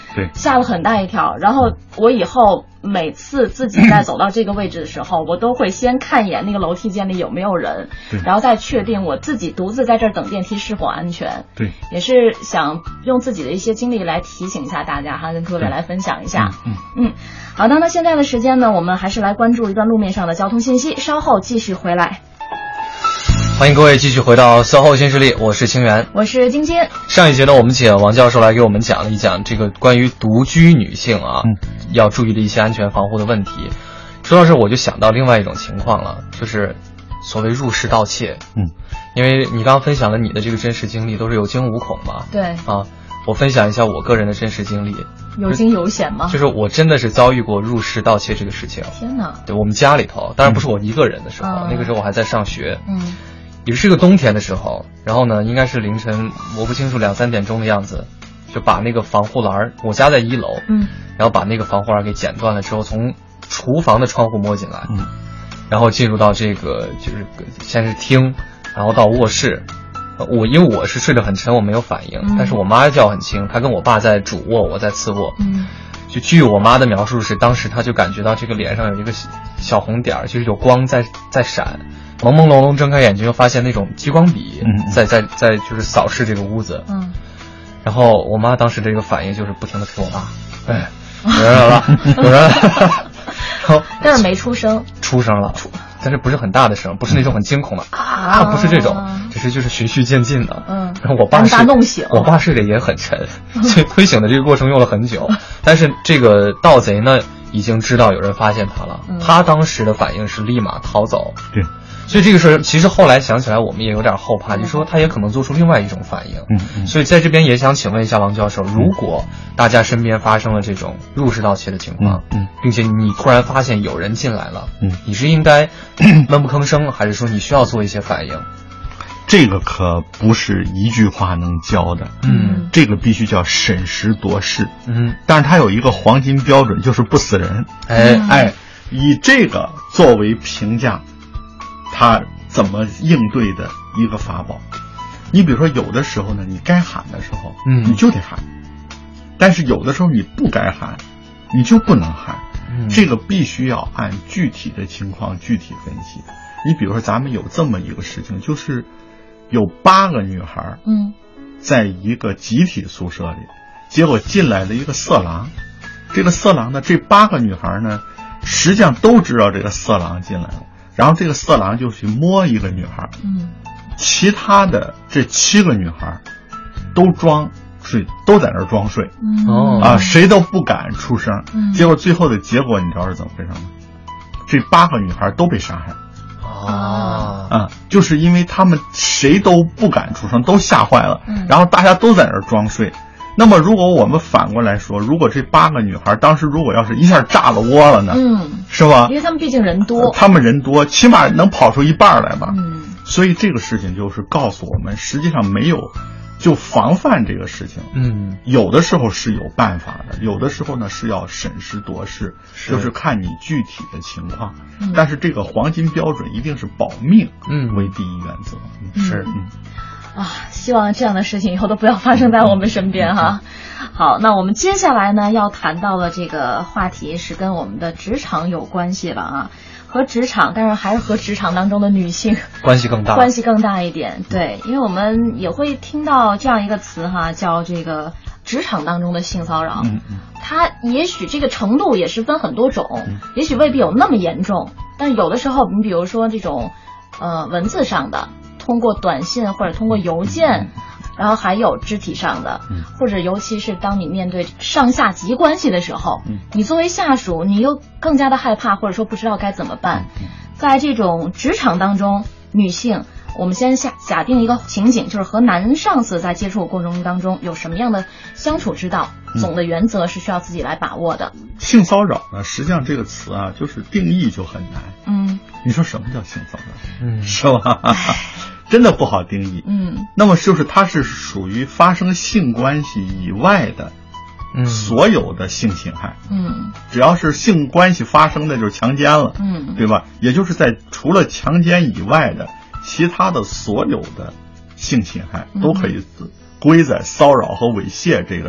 对， 吓了很大一跳。然后我以后每次自己在走到这个位置的时候，我都会先看一眼那个楼梯间里有没有人，然后再确定我自己独自在这儿等电梯是否安全。 对， 也是想用自己的一些经历来提醒一下大家哈，跟各位来分享一下。嗯 嗯, 嗯，好的，那现在的时间呢，我们还是来关注一段路面上的交通信息，稍后继续回来。 欢迎各位继续回到售后新势力，我是清源， 我是晶晶。 上一节呢，我们请王教授来给我们讲了一讲这个关于独居女性啊、嗯、要注意的一些安全防护的问题。说到这，我就想到另外一种情况了，就是所谓入室盗窃。嗯，因为你刚刚分享了你的这个真实经历，都是有惊无恐嘛。 对啊，我分享一下我个人的真实经历。 有惊有险吗？ 就是我真的是遭遇过入室盗窃这个事情。 天哪！ 对，我们家里头，当然不是我一个人的时候，嗯、那个时候我还在上学。 嗯。 也是个冬天的时候，然后呢，应该是凌晨，我不清楚两三点钟的样子，就把那个防护栏，我家在一楼， 嗯， 然后把那个防护栏给剪断了之后，从厨房的窗户摸进来， 嗯， 然后进入到这个就是先是厅，然后到卧室，我因为我是睡得很沉，我没有反应，嗯、但是我妈叫很轻，她跟我爸在主卧，我在次卧， 嗯， 就据我妈的描述是，当时她就感觉到这个脸上有一个小红点，就是有光在在闪。朦朦胧胧睁开眼睛，就发现那种激光笔在在在就是扫视这个屋子。 嗯， 然后我妈当时这个反应就是不停的推我爸，哎，有人来了，有人来了。 但是没出声。 出声了，但是不是很大的声，不是那种很惊恐的啊，不是这种，只是就是循序渐进的。 嗯， 然后我爸睡， 弄醒， 我爸睡得也很沉，所以推醒的这个过程用了很久。但是这个盗贼呢，已经知道有人发现他了， 嗯、 他当时的反应是立马逃走。 对。 所以这个事儿，其实后来想起来，我们也有点后怕，就说他也可能做出另外一种反应。 嗯嗯。 所以在这边也想请问一下王教授，如果大家身边发生了这种入室盗窃的情况， 嗯，嗯并且你突然发现有人进来了， 嗯， 你是应该闷不吭声，还是说你需要做一些反应？ 这个可不是一句话能教的， 嗯， 这个必须叫审时度势， 嗯， 但是它有一个黄金标准，就是不死人。 哎哎，以这个作为评价，他怎么应对的一个法宝。你比如说有的时候呢，你该喊的时候， 嗯， 你就得喊，但是有的时候你不该喊，你就不能喊， 嗯， 这个必须要按具体的情况具体分析。你比如说咱们有这么一个事情，就是有八个女孩， 嗯， 在一个集体宿舍里，结果进来了一个色狼。这个色狼呢，这八个女孩呢，实际上都知道这个色狼进来了，然后这个色狼就去摸一个女孩， 嗯， 其他的这七个女孩都装睡，都在那儿装睡， 哦啊，谁都不敢出声， 嗯， 结果最后的结果你知道是怎么回事吗？这八个女孩都被杀害。 啊啊，就是因为他们谁都不敢出声，都吓坏了， 嗯， 然后大家都在那儿装睡。那么如果我们反过来说，如果这八个女孩当时如果要是一下炸了窝了呢， 嗯， 是吧？ 因为他们毕竟人多， 他们人多，起码能跑出一半来吧。 嗯， 所以这个事情就是告诉我们，实际上没有就防范这个事情， 嗯， 有的时候是有办法的，有的时候呢是要审时度势， 是就是看你具体的情况。 嗯， 但是这个黄金标准一定是保命， 嗯， 为第一原则。 嗯， 是， 嗯。 啊，希望这样的事情以后都不要发生在我们身边哈。好，那我们接下来呢要谈到的这个话题是跟我们的职场有关系了啊，和职场，但是还是和职场当中的女性关系更大， 关系更大一点。对，因为我们也会听到这样一个词哈，叫这个职场当中的性骚扰。 嗯嗯， 它也许这个程度也是分很多种， 嗯， 也许未必有那么严重，但有的时候，你比如说这种呃文字上的。通过短信或者通过邮件，然后还有肢体上的，或者尤其是当你面对上下级关系的时候，你作为下属，你又更加的害怕，或者说不知道该怎么办。在这种职场当中，女性，我们先下假定一个情景，就是和男上司在接触过程当中有什么样的相处之道，总的原则是需要自己来把握的。 性骚扰呢，实际上这个词啊，就是定义就很难。 嗯， 你说什么叫性骚扰？ 嗯， 是吧？真的不好定义。 嗯， 那么就是它是属于发生性关系以外的， 嗯， 所有的性侵害。 嗯， 只要是性关系发生的就是强奸了。 嗯， 对吧？也就是在除了强奸以外的其他的所有的性侵害都可以归在骚扰和猥亵这个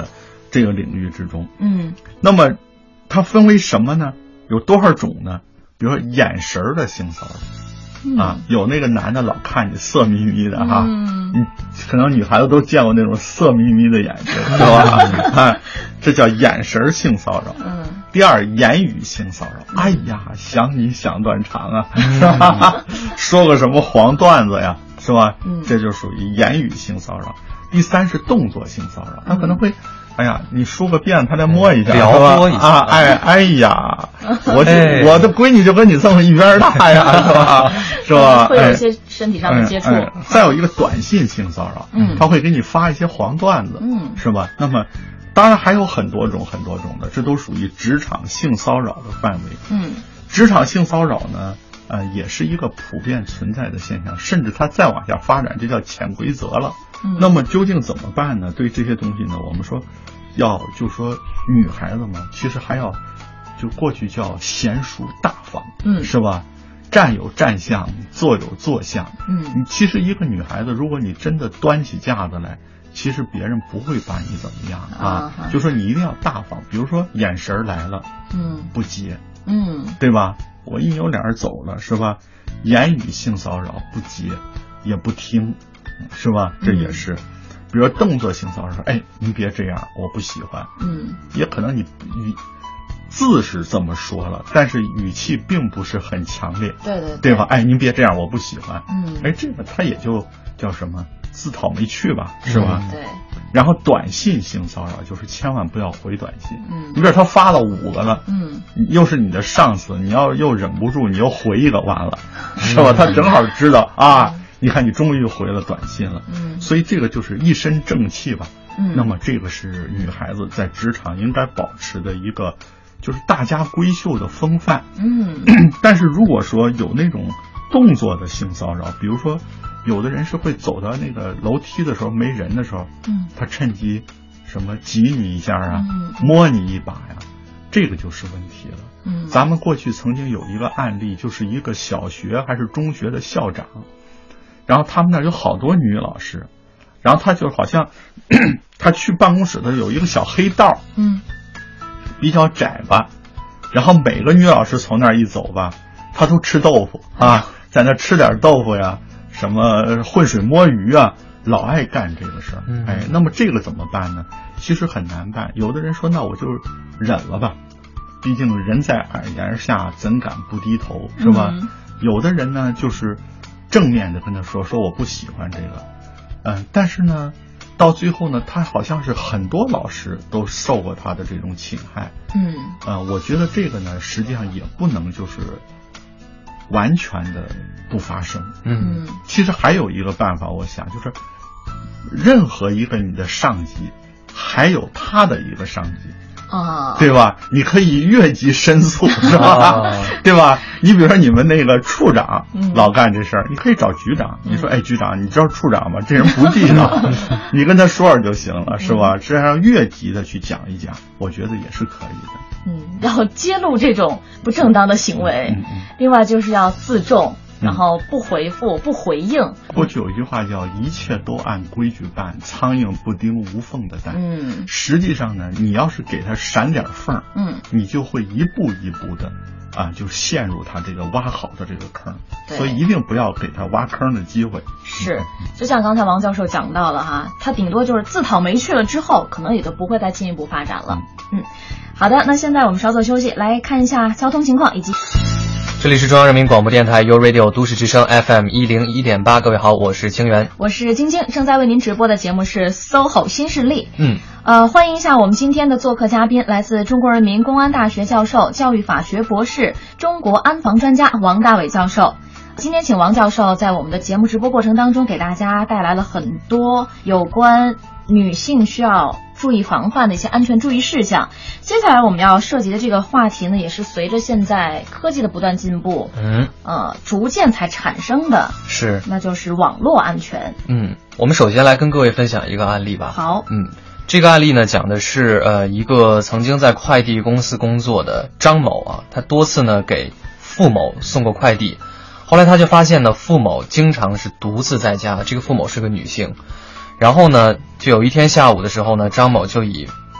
这个领域之中。 嗯， 那么它分为什么呢？有多少种呢？比如说眼神的性骚扰。 嗯、 啊，有那个男的老看你色眯眯的哈， 嗯， 你可能女孩子都见过那种色眯眯的眼睛，是吧？啊，这叫眼神性骚扰。 嗯， 第二，言语性骚扰。哎呀，想你想断肠啊，是吧？说个什么黄段子呀，是吧？ 嗯， 这就属于言语性骚扰。第三是动作性骚扰，他可能会。哎呀，你梳个辫，他再摸一下， 撩拨一下啊！哎哎呀，我哎我的闺女就跟你这么一边大呀，是吧？是吧？ 会有一些身体上的接触。 哎哎、再有一个短信性骚扰， 嗯， 他会给你发一些黄段子， 嗯， 是吧？那么，当然还有很多种很多种的，这都属于职场性骚扰的范围。 嗯， 职场性骚扰呢，呃，也是一个普遍存在的现象，甚至它再往下发展，这叫潜规则了。 嗯， 那么究竟怎么办呢？对这些东西呢，我们说。要就说女孩子嘛，其实还要就过去叫娴熟大方， 嗯， 是吧？站有站相，坐有坐相， 嗯， 你其实一个女孩子，如果你真的端起架子来，其实别人不会把你怎么样啊。啊就说你一定要大方，比如说眼神来了， 嗯， 不接， 嗯， 对吧？我一扭脸走了，是吧？言语性骚扰不接，也不听，是吧？这也是。嗯比如动作性骚扰，哎，您别这样，我不喜欢。 嗯， 也可能你语字是这么说了，但是语气并不是很强烈。 对对对， 对吧？哎，您别这样，我不喜欢。 嗯， 哎，这个他也就叫什么自讨没趣吧，是吧？ 嗯、对。 然后短信性骚扰就是千万不要回短信。 嗯， 你比如他发了五个了， 嗯， 又是你的上司，你要又忍不住，你又回一个，完了，是吧？他正好知道啊。你看，你终于回了短信了， 嗯， 所以这个就是一身正气吧， 嗯， 那么这个是女孩子在职场应该保持的一个，就是大家闺秀的风范， 嗯， 但是如果说有那种动作的性骚扰，比如说有的人是会走到那个楼梯的时候没人的时候， 嗯， 他趁机什么挤你一下啊， 嗯， 摸你一把呀，这个就是问题了。 嗯， 咱们过去曾经有一个案例，就是一个小学还是中学的校长。然后他们那儿有好多女老师，然后他就好像他去办公室的有一个小黑道， 嗯， 比较窄吧，然后每个女老师从那儿一走吧，她都吃豆腐啊，在那吃点豆腐呀，什么浑水摸鱼啊，老爱干这个事儿。 嗯、 哎，那么这个怎么办呢？其实很难办。有的人说，那我就忍了吧，毕竟人在矮檐下，怎敢不低头，是吧？ 嗯、 有的人呢，就是正面的跟他说，说我不喜欢这个，嗯、呃，但是呢，到最后呢，他好像是很多老师都受过他的这种侵害， 嗯， 呃，我觉得这个呢，实际上也不能就是完全的不发生， 嗯， 其实还有一个办法，我想就是，任何一个你的上级，还有他的一个上级。 啊， 对吧？你可以越级申诉，是吧？ 啊、 对吧？你比如说你们那个处长、 嗯、 老干这事儿，你可以找局长，你说，哎，局长，你知道处长吗？这人不地道，你跟他说说就行了，是吧？这样越级的去讲一讲，我觉得也是可以的。 嗯，要揭露这种不正当的行为， 嗯嗯、 另外就是要自重。然后不回复、不回应。 过去有一句话叫“一切都按规矩办，苍蝇不叮无缝的蛋”。 嗯， 实际上呢，你要是给它闪点缝， 嗯， 你就会一步一步的啊，就陷入它这个挖好的这个坑。所以一定不要给它挖坑的机会。 是，就像刚才王教授讲到了哈，他顶多就是自讨没趣了之后，可能也就不会再进一步发展了。嗯，嗯好的，那现在我们稍作休息，来看一下交通情况以及。 这里是中央人民广播电台 U Radio 都市之声 F M 一零一点八，各位好，我是清源， 我是晶晶，正在为您直播的节目是 S O H O 新势力。 嗯， 呃，欢迎一下我们今天的做客嘉宾，来自中国人民公安大学教授、教育法学博士、中国安防专家王大伟教授。今天请王教授在我们的节目直播过程当中，给大家带来了很多有关女性需要注意防范的一些安全注意事项。接下来我们要涉及的这个话题呢，也是随着现在科技的不断进步， 嗯， 呃，逐渐才产生的， 是， 那就是网络安全。 嗯，我们首先来跟各位分享一个案例吧。 好， 嗯，这个案例呢讲的是呃一个曾经在快递公司工作的张某啊，他多次呢给付某送过快递，后来他就发现呢付某经常是独自在家，这个付某是个女性。然后呢，就有一天下午的时候呢，张某就以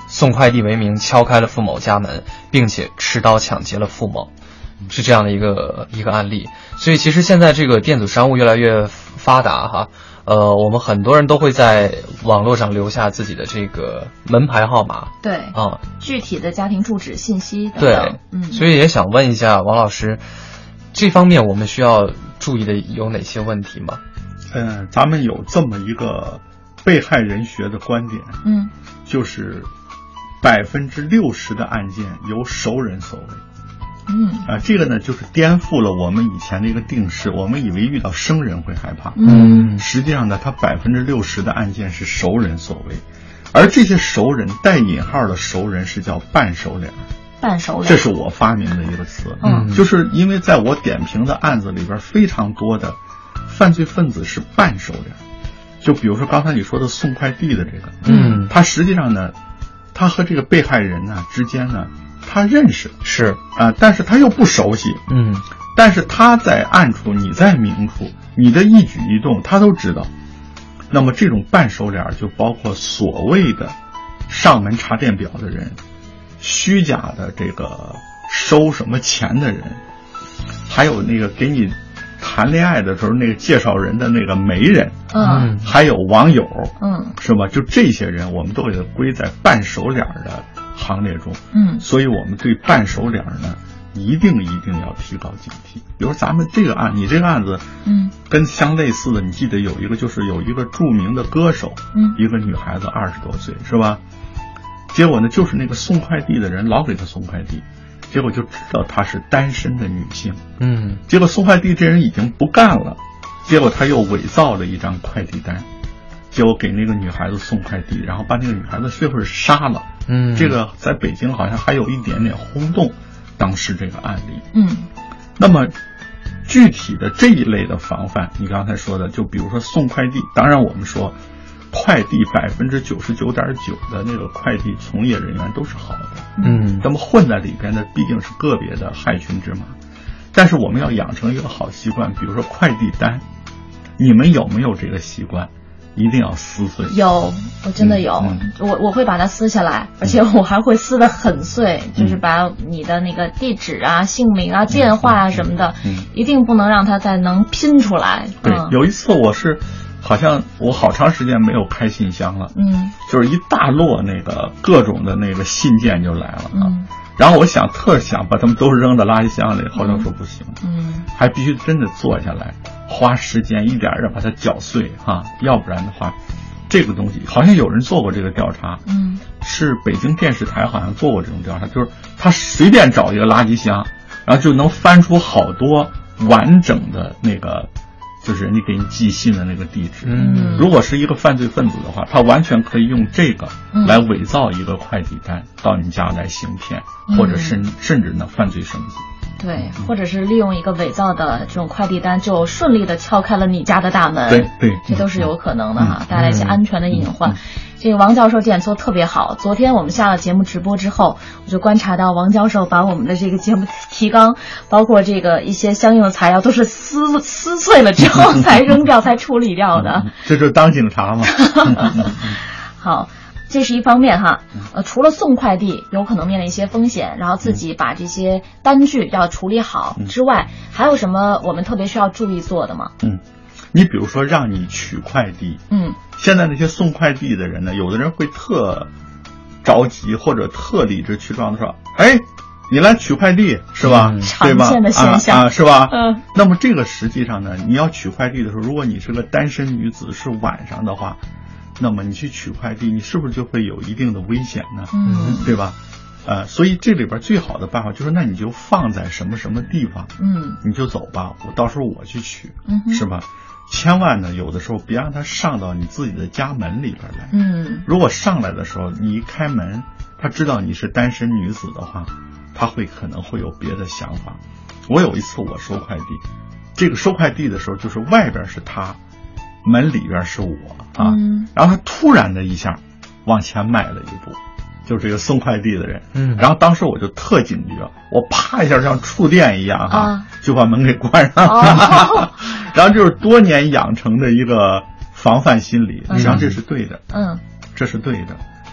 送快递为名敲开了傅某家门，并且持刀抢劫了傅某，是这样的一个一个案例。所以其实现在这个电子商务越来越发达哈，呃，我们很多人都会在网络上留下自己的这个门牌号码， 对啊， 具体的家庭住址信息等等。 对， 嗯， 所以也想问一下王老师，这方面我们需要注意的有哪些问题吗？ 嗯，咱们有这么一个被害人学的观点， 嗯， 就是百分之六十的案件由熟人所为。 嗯啊，这个呢就是颠覆了我们以前的一个定式，我们以为遇到生人会害怕， 嗯， 实际上呢，它百分之六十的案件是熟人所为，而这些熟人带引号的熟人是叫半熟脸， 半熟脸， 这是我发明的一个词， 嗯， 就是因为在我点评的案子里边，非常多的犯罪分子是半熟脸，就比如说刚才你说的送快递的这个， 嗯， 他实际上呢，他和这个被害人呢之间呢。他认识是啊，但是他又不熟悉， 嗯， 但是他在暗处，你在明处，你的一举一动他都知道。那么这种半熟脸就包括所谓的上门查电表的人，虚假的这个收什么钱的人，还有那个给你谈恋爱的时候那个介绍人的那个媒人， 嗯， 还有网友， 嗯， 是吧？就这些人，我们都给他归在半熟脸的行列中， 嗯， 所以我们对半熟脸呢，一定一定要提高警惕。比如咱们这个案，你这个案子， 嗯， 跟相类似的，你记得有一个就是有一个著名的歌手， 嗯， 一个女孩子二十多岁，是吧？结果呢，就是那个送快递的人老给她送快递，结果就知道她是单身的女性， 嗯， 结果送快递这人已经不干了，结果他又伪造了一张快递单。结果给那个女孩子送快递，然后把那个女孩子最后是杀了。 嗯， 这个在北京好像还有一点点轰动，当时这个案例。 嗯， 那么具体的这一类的防范，你刚才说的，就比如说送快递，当然我们说快递百分之九十九点九的那个快递从业人员都是好的。 嗯， 那么混在里边的毕竟是个别的害群之马，但是我们要养成一个好习惯，比如说快递单，你们有没有这个习惯？一定要撕碎。 有，我真的有， 嗯嗯、 我我会把它撕下来，而且我还会撕得很碎，嗯、就是把你的那个地址啊、姓名啊、电话啊什么的， 嗯嗯、 一定不能让它再能拼出来。 对， 嗯、 有一次我是好像我好长时间没有开信箱了， 嗯， 就是一大摞那个各种的那个信件就来了啊。 嗯， 然后我想特想把它们都扔到垃圾箱里，后来说不行， 嗯， 还必须真的坐下来，花时间一点点把它搅碎哈，要不然的话，这个东西好像有人做过这个调查， 嗯， 是北京电视台好像做过这种调查，就是他随便找一个垃圾箱，然后就能翻出好多完整的那个。就是人家给你寄信的那个地址， 嗯， 如果是一个犯罪分子的话，他完全可以用这个来伪造一个快递单、嗯、到你家来行骗，或者甚甚至呢犯罪升级。 对，或者是利用一个伪造的这种快递单，就顺利的敲开了你家的大门。 对对， 这都是有可能的哈， 嗯、 带来一些安全的隐患。嗯嗯嗯这个王教授这点做得特别好。昨天我们下了节目直播之后，我就观察到王教授把我们的这个节目提纲，包括这个一些相应的材料，都是撕撕碎了之后才扔掉、才处理掉的。 嗯、这就是当警察嘛。 好。这是一方面哈，呃，除了送快递有可能面临一些风险，然后自己把这些单据要处理好之外，嗯、还有什么我们特别需要注意做的吗？ 嗯，你比如说让你取快递， 嗯， 现在那些送快递的人呢，有的人会特着急或者特理直气壮的说，哎，你来取快递是吧？ 嗯、 对吧？ 常见的现象、 啊啊、是吧？ 嗯。 那么这个实际上呢，你要取快递的时候，如果你是个单身女子，是晚上的话。那么你去取快递，你是不是就会有一定的危险呢？ 嗯， 对吧？呃，所以这里边最好的办法就是，那你就放在什么什么地方， 嗯， 你就走吧，我到时候我去取， 嗯， 是吧？千万呢，有的时候别让他上到你自己的家门里边来。 嗯， 如果上来的时候你一开门，他知道你是单身女子的话，他会可能会有别的想法。我有一次我收快递，这个收快递的时候就是外边是他。门里边是我啊， 嗯、 然后他突然的一下往前迈了一步，就是这个送快递的人， 嗯， 然后当时我就特警觉，我啪一下像触电一样哈、 啊， 就把门给关上了， 哦、 然后就是多年养成的一个防范心理，实际上这是对的， 嗯， 这是对的，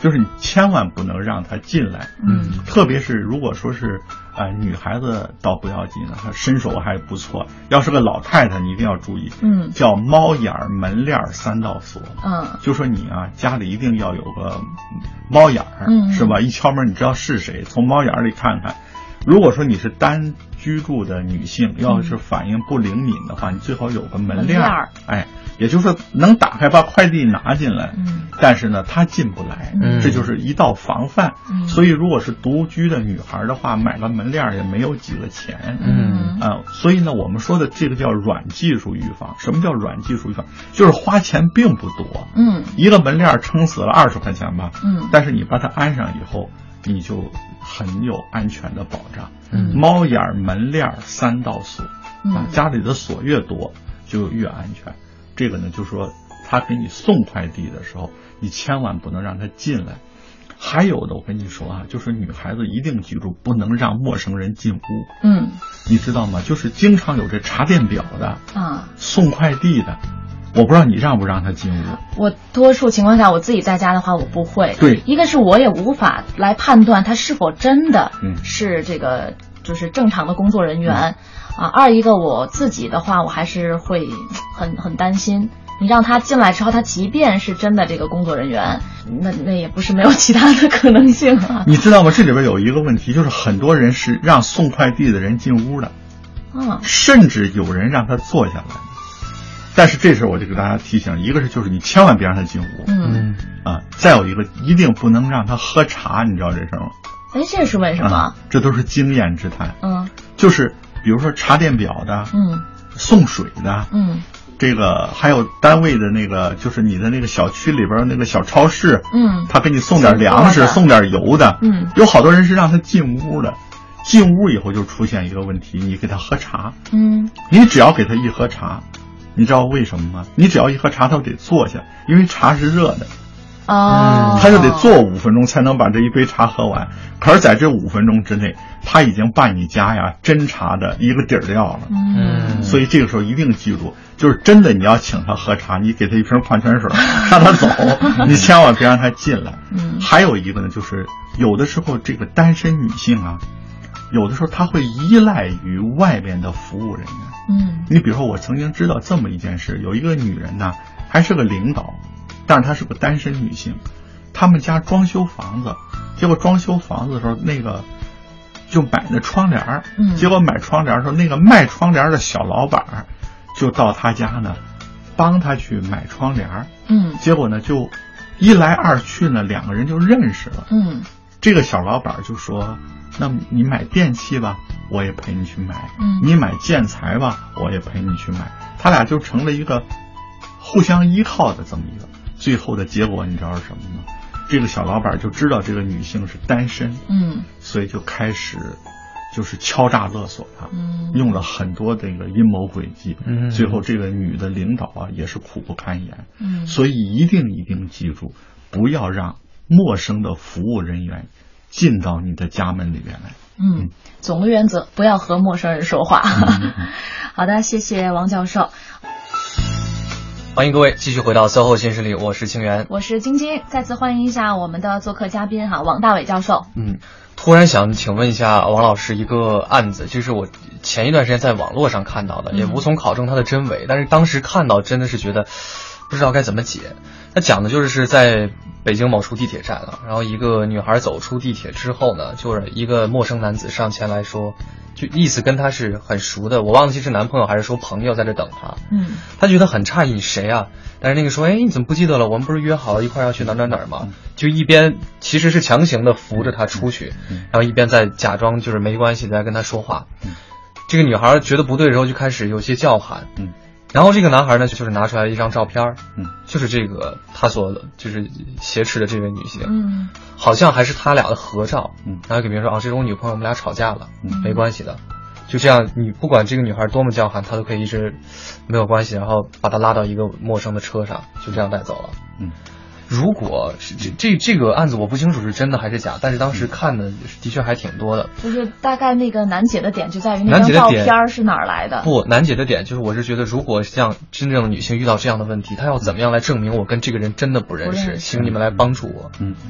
就是你千万不能让他进来。 嗯， 特别是如果说是呃女孩子倒不要紧了，她身手还不错，要是个老太太你一定要注意。 嗯， 叫猫眼门链三道锁。 嗯， 就说你啊家里一定要有个猫眼儿， 嗯， 是吧？一敲门你知道是谁，从猫眼里看看。如果说你是单居住的女性，要是反应不灵敏的话，你最好有个门链儿，哎，也就是说能打开把快递拿进来， 嗯， 但是呢她进不来， 嗯， 这就是一道防范。 嗯， 所以如果是独居的女孩的话，买个门链也没有几个钱。 嗯啊，所以呢我们说的这个叫软技术预防。什么叫软技术预防？就是花钱并不多， 嗯， 一个门链撑死了二十块钱吧， 嗯， 但是你把它安上以后，你就很有安全的保障。 嗯， 猫眼门链三道锁， 嗯， 啊，家里的锁越多就越安全。这个呢，就说他给你送快递的时候，你千万不能让他进来。还有的，我跟你说啊，就是女孩子一定记住，不能让陌生人进屋。 嗯， 你知道吗？就是经常有这查电表的啊， 送快递的。我不知道你让不让他进屋。 我多数情况下我自己在家的话我不会。 对， 一个是我也无法来判断他是否真的嗯是这个就是正常的工作人员、 嗯、 啊。二一个我自己的话我还是会很很担心，你让他进来之后，他即便是真的这个工作人员，那那也不是没有其他的可能性啊。 你知道吗？这里边有一个问题，就是很多人是让送快递的人进屋的， 啊， 甚至有人让他坐下来。但是这时候我就给大家提醒，一个是就是你千万别让他进屋， 嗯啊，再有一个一定不能让他喝茶，你知道这事吗？ 哎，这是为什么、 啊？这都是经验之谈。 嗯， 就是比如说查电表的， 嗯， 送水的， 嗯， 这个还有单位的那个，就是你的那个小区里边那个小超市， 嗯， 他给你送点粮食，送点油的， 嗯， 有好多人是让他进屋的。进屋以后就出现一个问题，你给他喝茶， 嗯， 你只要给他一喝茶。你知道为什么吗？你只要一喝茶，他就得坐下，因为茶是热的， 哦， 他就得坐五分钟才能把这一杯茶喝完。可是在这五分钟之内，他已经把你家呀真茶的一个底儿掉了。 嗯， 所以这个时候一定记住，就是真的你要请他喝茶，你给他一瓶矿泉水，让他走，你千万别让他进来。 嗯， 还有一个呢，就是有的时候这个单身女性啊，有的时候她会依赖于外面的服务人员。 嗯， 你比如说我曾经知道这么一件事，有一个女人呢还是个领导，但是她是个单身女性，他们家装修房子，结果装修房子的时候那个就买那窗帘， 嗯， 结果买窗帘的时候那个卖窗帘的小老板就到他家呢帮他去买窗帘， 嗯， 结果呢就一来二去呢两个人就认识了。 嗯， 这个小老板就说，那么你买电器吧，我也陪你去买， 嗯， 你买建材吧，我也陪你去买，他俩就成了一个互相依靠的这么一个。最后的结果你知道是什么吗？这个小老板就知道这个女性是单身， 嗯， 所以就开始就是敲诈勒索她， 嗯， 用了很多这个阴谋诡计， 嗯， 最后这个女的领导啊也是苦不堪言， 嗯， 所以一定一定记住，不要让陌生的服务人员进到你的家门里面来。 嗯，总的原则不要和陌生人说话。 嗯嗯、 好的，谢谢王教授。 欢迎各位继续回到 S O H O 新势力，我是清源， 我是晶晶，再次欢迎一下我们的做客嘉宾哈，王大伟教授。 嗯，突然想请问一下王老师一个案子，就是我前一段时间在网络上看到的， 嗯、 也无从考证它的真伪，但是当时看到真的是觉得不知道该怎么解。他讲的就是是在北京某处地铁站啊，然后一个女孩走出地铁之后呢，就是一个陌生男子上前来说，就意思跟他是很熟的，我忘记是男朋友还是说朋友在这等他。 嗯， 他觉得很诧异，你谁啊？但是那个说，哎，你怎么不记得了？我们不是约好了一块要去哪哪哪吗？就一边其实是强行的扶着他出去，然后一边在假装就是没关系在跟他说话。这个女孩觉得不对之后就开始有些叫喊。 嗯。 然后这个男孩呢，就是拿出来一张照片， 嗯， 就是这个他所就是挟持的这位女性， 嗯， 好像还是他俩的合照， 嗯， 然后给别人说啊，这是我女朋友，我们俩吵架了， 嗯， 没关系的，就这样，你不管这个女孩多么叫喊，他都可以一直没有关系，然后把她拉到一个陌生的车上，就这样带走了， 嗯。 如果是这这这个案子我不清楚是真的还是假，但是当时看的的确还挺多的。 就是大概那个难解的点就在于那张照片是哪儿来的？ 不，难解的点就是我是觉得，如果像真正的女性遇到这样的问题，她要怎么样来证明我跟这个人真的不认识？ 不认识请你们来帮助我。 嗯，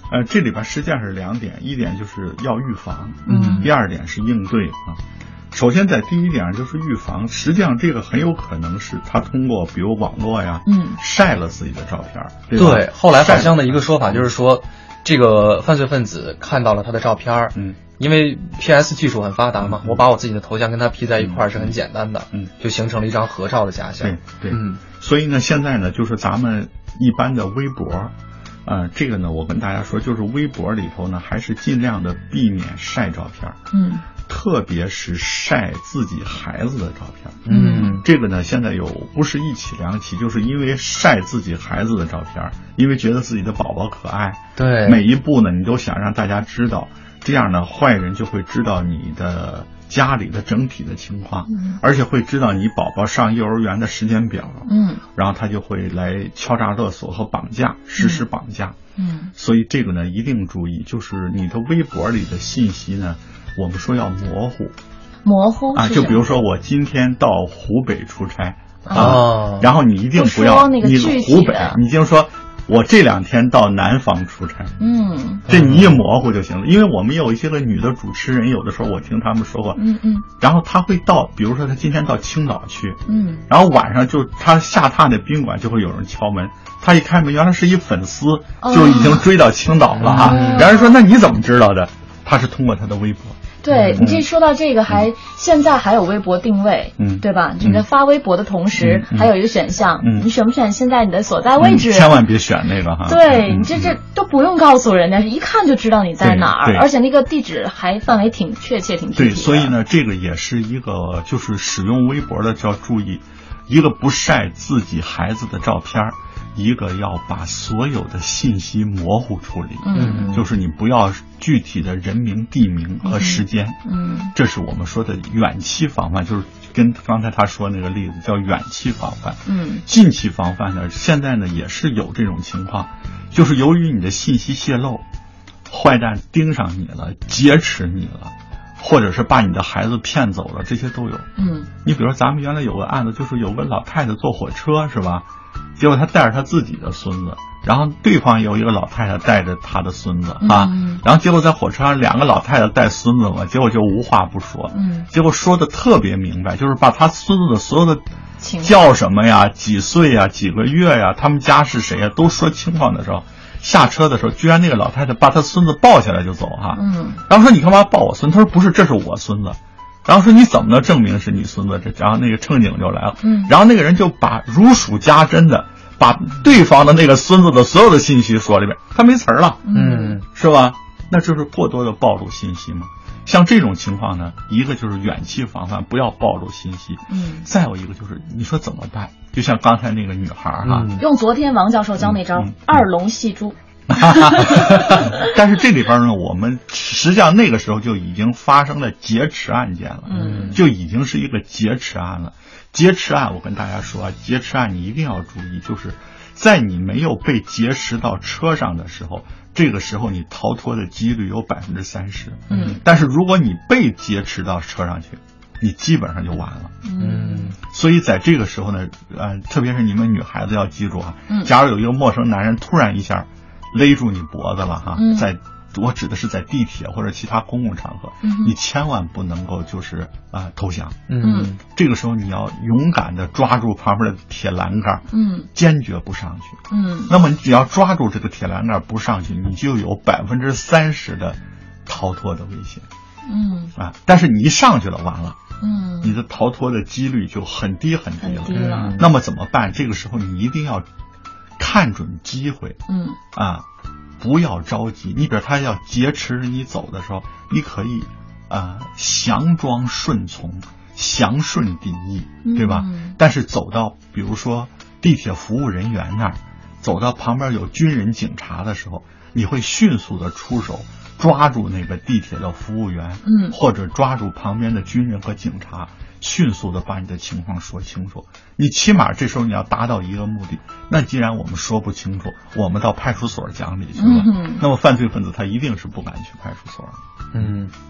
呃，这里边实际上是两点，一点就是要预防， 嗯， 第二点是应对啊。首先在第一点就是预防，实际上这个很有可能是他通过比如网络呀， 嗯， 晒了自己的照片，对吧？对，后来好像的一个说法就是说，这个犯罪分子看到了他的照片，嗯，因为 P S 技术很发达嘛，嗯、我把我自己的头像跟他 P 在一块儿是很简单的，嗯，就形成了一张合照的假象。 对对，嗯，所以呢，现在呢，就是咱们一般的微博。呃，这个呢，我跟大家说，就是微博里头呢，还是尽量的避免晒照片，嗯，特别是晒自己孩子的照片，嗯，这个呢，现在有不是一起两起，就是因为晒自己孩子的照片，因为觉得自己的宝宝可爱， 对， 每一步呢，你都想让大家知道，这样呢，坏人就会知道你的家里的整体的情况，嗯，而且会知道你宝宝上幼儿园的时间表，嗯，然后他就会来敲诈勒索和绑架，实施绑架，嗯，所以这个呢一定注意，就是你的微博里的信息呢，我们说要模糊， 模糊啊，就比如说我今天到湖北出差啊， 然后你一定不要你湖北，你就说。我这两天到南方出差，嗯，这你一模糊就行了，因为我们有一些个女的主持人，有的时候我听他们说过，嗯嗯，然后他会到，比如说他今天到青岛去，嗯，然后晚上就他下榻的宾馆就会有人敲门，他一开门，原来是一粉丝，就已经追到青岛了哈，然后人说那你怎么知道的？他是通过他的微博。 对，你这说到这个还，还、嗯、现在还有微博定位，嗯，对吧？你在发微博的同时，嗯、还有一个选项，嗯，你选不选现在你的所在位置？ 嗯、千万别选那个哈。 对，你这这都不用告诉人家，一看就知道你在哪儿，而且那个地址还范围挺确切、挺具体的。 对，所以呢，这个也是一个，就是使用微博的就要注意，一个不晒自己孩子的照片。一个要把所有的信息模糊处理，嗯，就是你不要具体的人名、地名和时间，嗯，这是我们说的远期防范，就是跟刚才他说那个例子叫远期防范，嗯，近期防范呢，现在呢也是有这种情况，就是由于你的信息泄露，坏蛋盯上你了，劫持你了。或者是把你的孩子骗走了，这些都有。嗯，你比如说咱们原来有个案子，就是有个老太太坐火车是吧？结果她带着她自己的孙子，然后对方有一个老太太带着她的孙子啊，嗯、然后结果在火车上两个老太太带孙子嘛，结果就无话不说。嗯，结果说的特别明白，就是把他孙子的所有的叫什么呀、几岁呀、几个月呀、他们家是谁呀，都说清楚的时候。下车的时候，居然那个老太太把她孙子抱下来就走哈，嗯，然后说你干嘛抱我孙？他说不是，这是我孙子。然后说你怎么能证明是你孙子？这然后那个乘警就来了，嗯，然后那个人就把如数家珍的把对方的那个孙子的所有的信息说了一遍，他没词儿了，嗯，是吧？那就是过多的暴露信息嘛。像这种情况呢，一个就是远期防范，不要暴露信息。嗯，再有一个就是你说怎么办？就像刚才那个女孩哈、嗯， 用昨天王教授教那招、嗯、二龙戏珠。 但是这里边呢，我们实际上那个时候就已经发生了劫持案件了，嗯，就已经是一个劫持案了。劫持案，我跟大家说啊，劫持案你一定要注意，就是在你没有被劫持到车上的时候。这个时候你逃脱的几率有百分之三十，嗯，但是如果你被劫持到车上去，你基本上就完了，嗯，所以在这个时候呢，呃，特别是你们女孩子要记住啊，嗯，假如有一个陌生男人突然一下勒住你脖子了哈，嗯、在我指的是在地铁或者其他公共场合，嗯、你千万不能够就是啊、呃、投降，嗯，这个时候你要勇敢的抓住旁边的铁栏杆，嗯，坚决不上去，嗯，那么你只要抓住这个铁栏杆不上去，你就有百分之三十的逃脱的危险，嗯啊，但是你一上去了完了，嗯，你的逃脱的几率就很低很低了， 很低了。 那么怎么办？这个时候你一定要看准机会，嗯啊。不要着急，你比如他要劫持你走的时候，你可以啊、呃、降装顺从，降顺敌意，对吧？嗯、但是走到比如说地铁服务人员那儿，走到旁边有军人警察的时候，你会迅速的出手抓住那个地铁的服务员，嗯，或者抓住旁边的军人和警察，迅速的把你的情况说清楚。你起码这时候你要达到一个目的，那既然我们说不清楚，我们到派出所讲理去了，嗯、那么犯罪分子他一定是不敢去派出所。 嗯，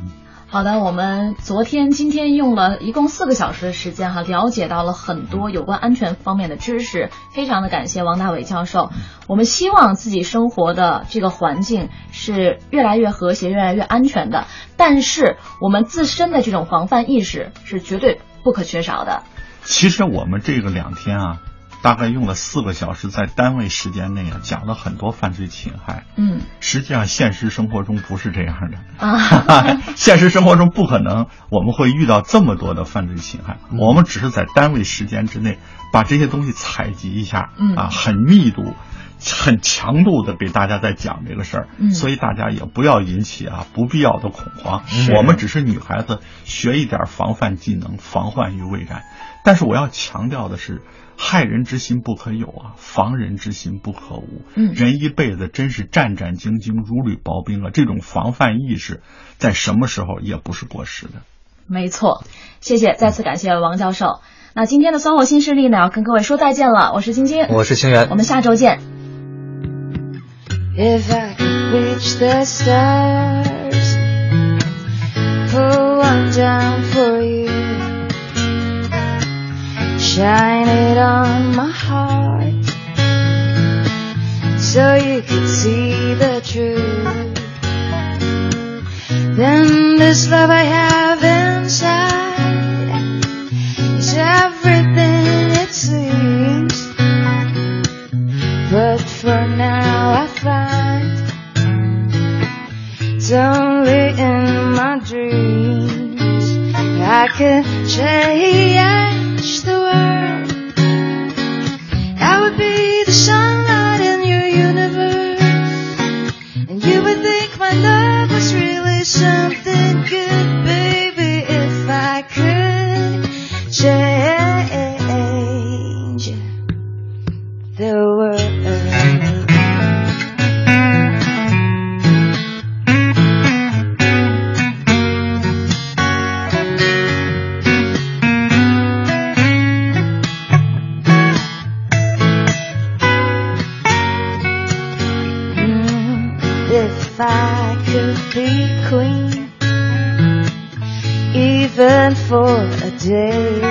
好的，我们昨天、今天用了一共四个小时的时间哈，了解到了很多有关安全方面的知识，非常的感谢王大伟教授。我们希望自己生活的这个环境是越来越和谐、越来越安全的，但是我们自身的这种防范意识是绝对不可缺少的。 其实我们这个两天啊，大概用了四个小时，在单位时间内啊，讲了很多犯罪侵害。嗯，实际上现实生活中不是这样的啊，现实生活中不可能我们会遇到这么多的犯罪侵害。嗯、我们只是在单位时间之内把这些东西采集一下，嗯啊，很密度、很强度的给大家在讲这个事儿。嗯，所以大家也不要引起啊不必要的恐慌。我们只是女孩子学一点防范技能，防患于未然。但是我要强调的是，害人之心不可有啊，防人之心不可无。嗯，人一辈子真是战战兢兢，如履薄冰啊，这种防范意识在什么时候也不是过时的。 没错，谢谢，再次感谢王教授。那今天的SOHO新势力呢，要跟各位说再见了。我是晶晶， 我是清源， 我们下周见。 If I could reach the stars, pull one down for you.Shine it on my heart, so you can see the truth. Then this love I have inside is everything it seems. But for now I find it's only in my dreams I could change the world. I would be the sunlight in your universe, and you would think my love was really something good, baby, if I could change the world. If I could be queen, even for a day,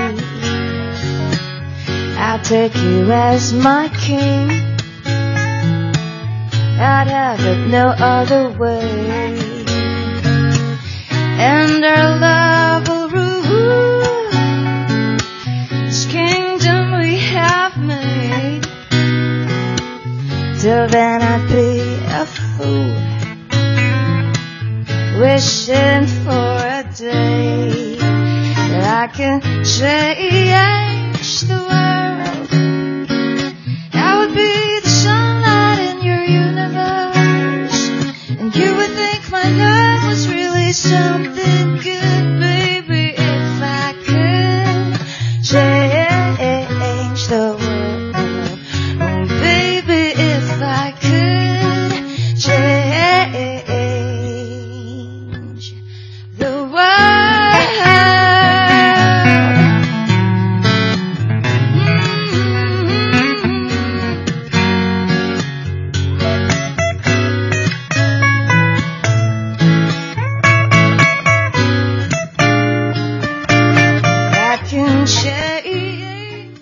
I'd take you as my king. I'd have it no other way, and our love will rule this kingdom we have made. Till then I'd be a fool, wishing for a day that I can change the world.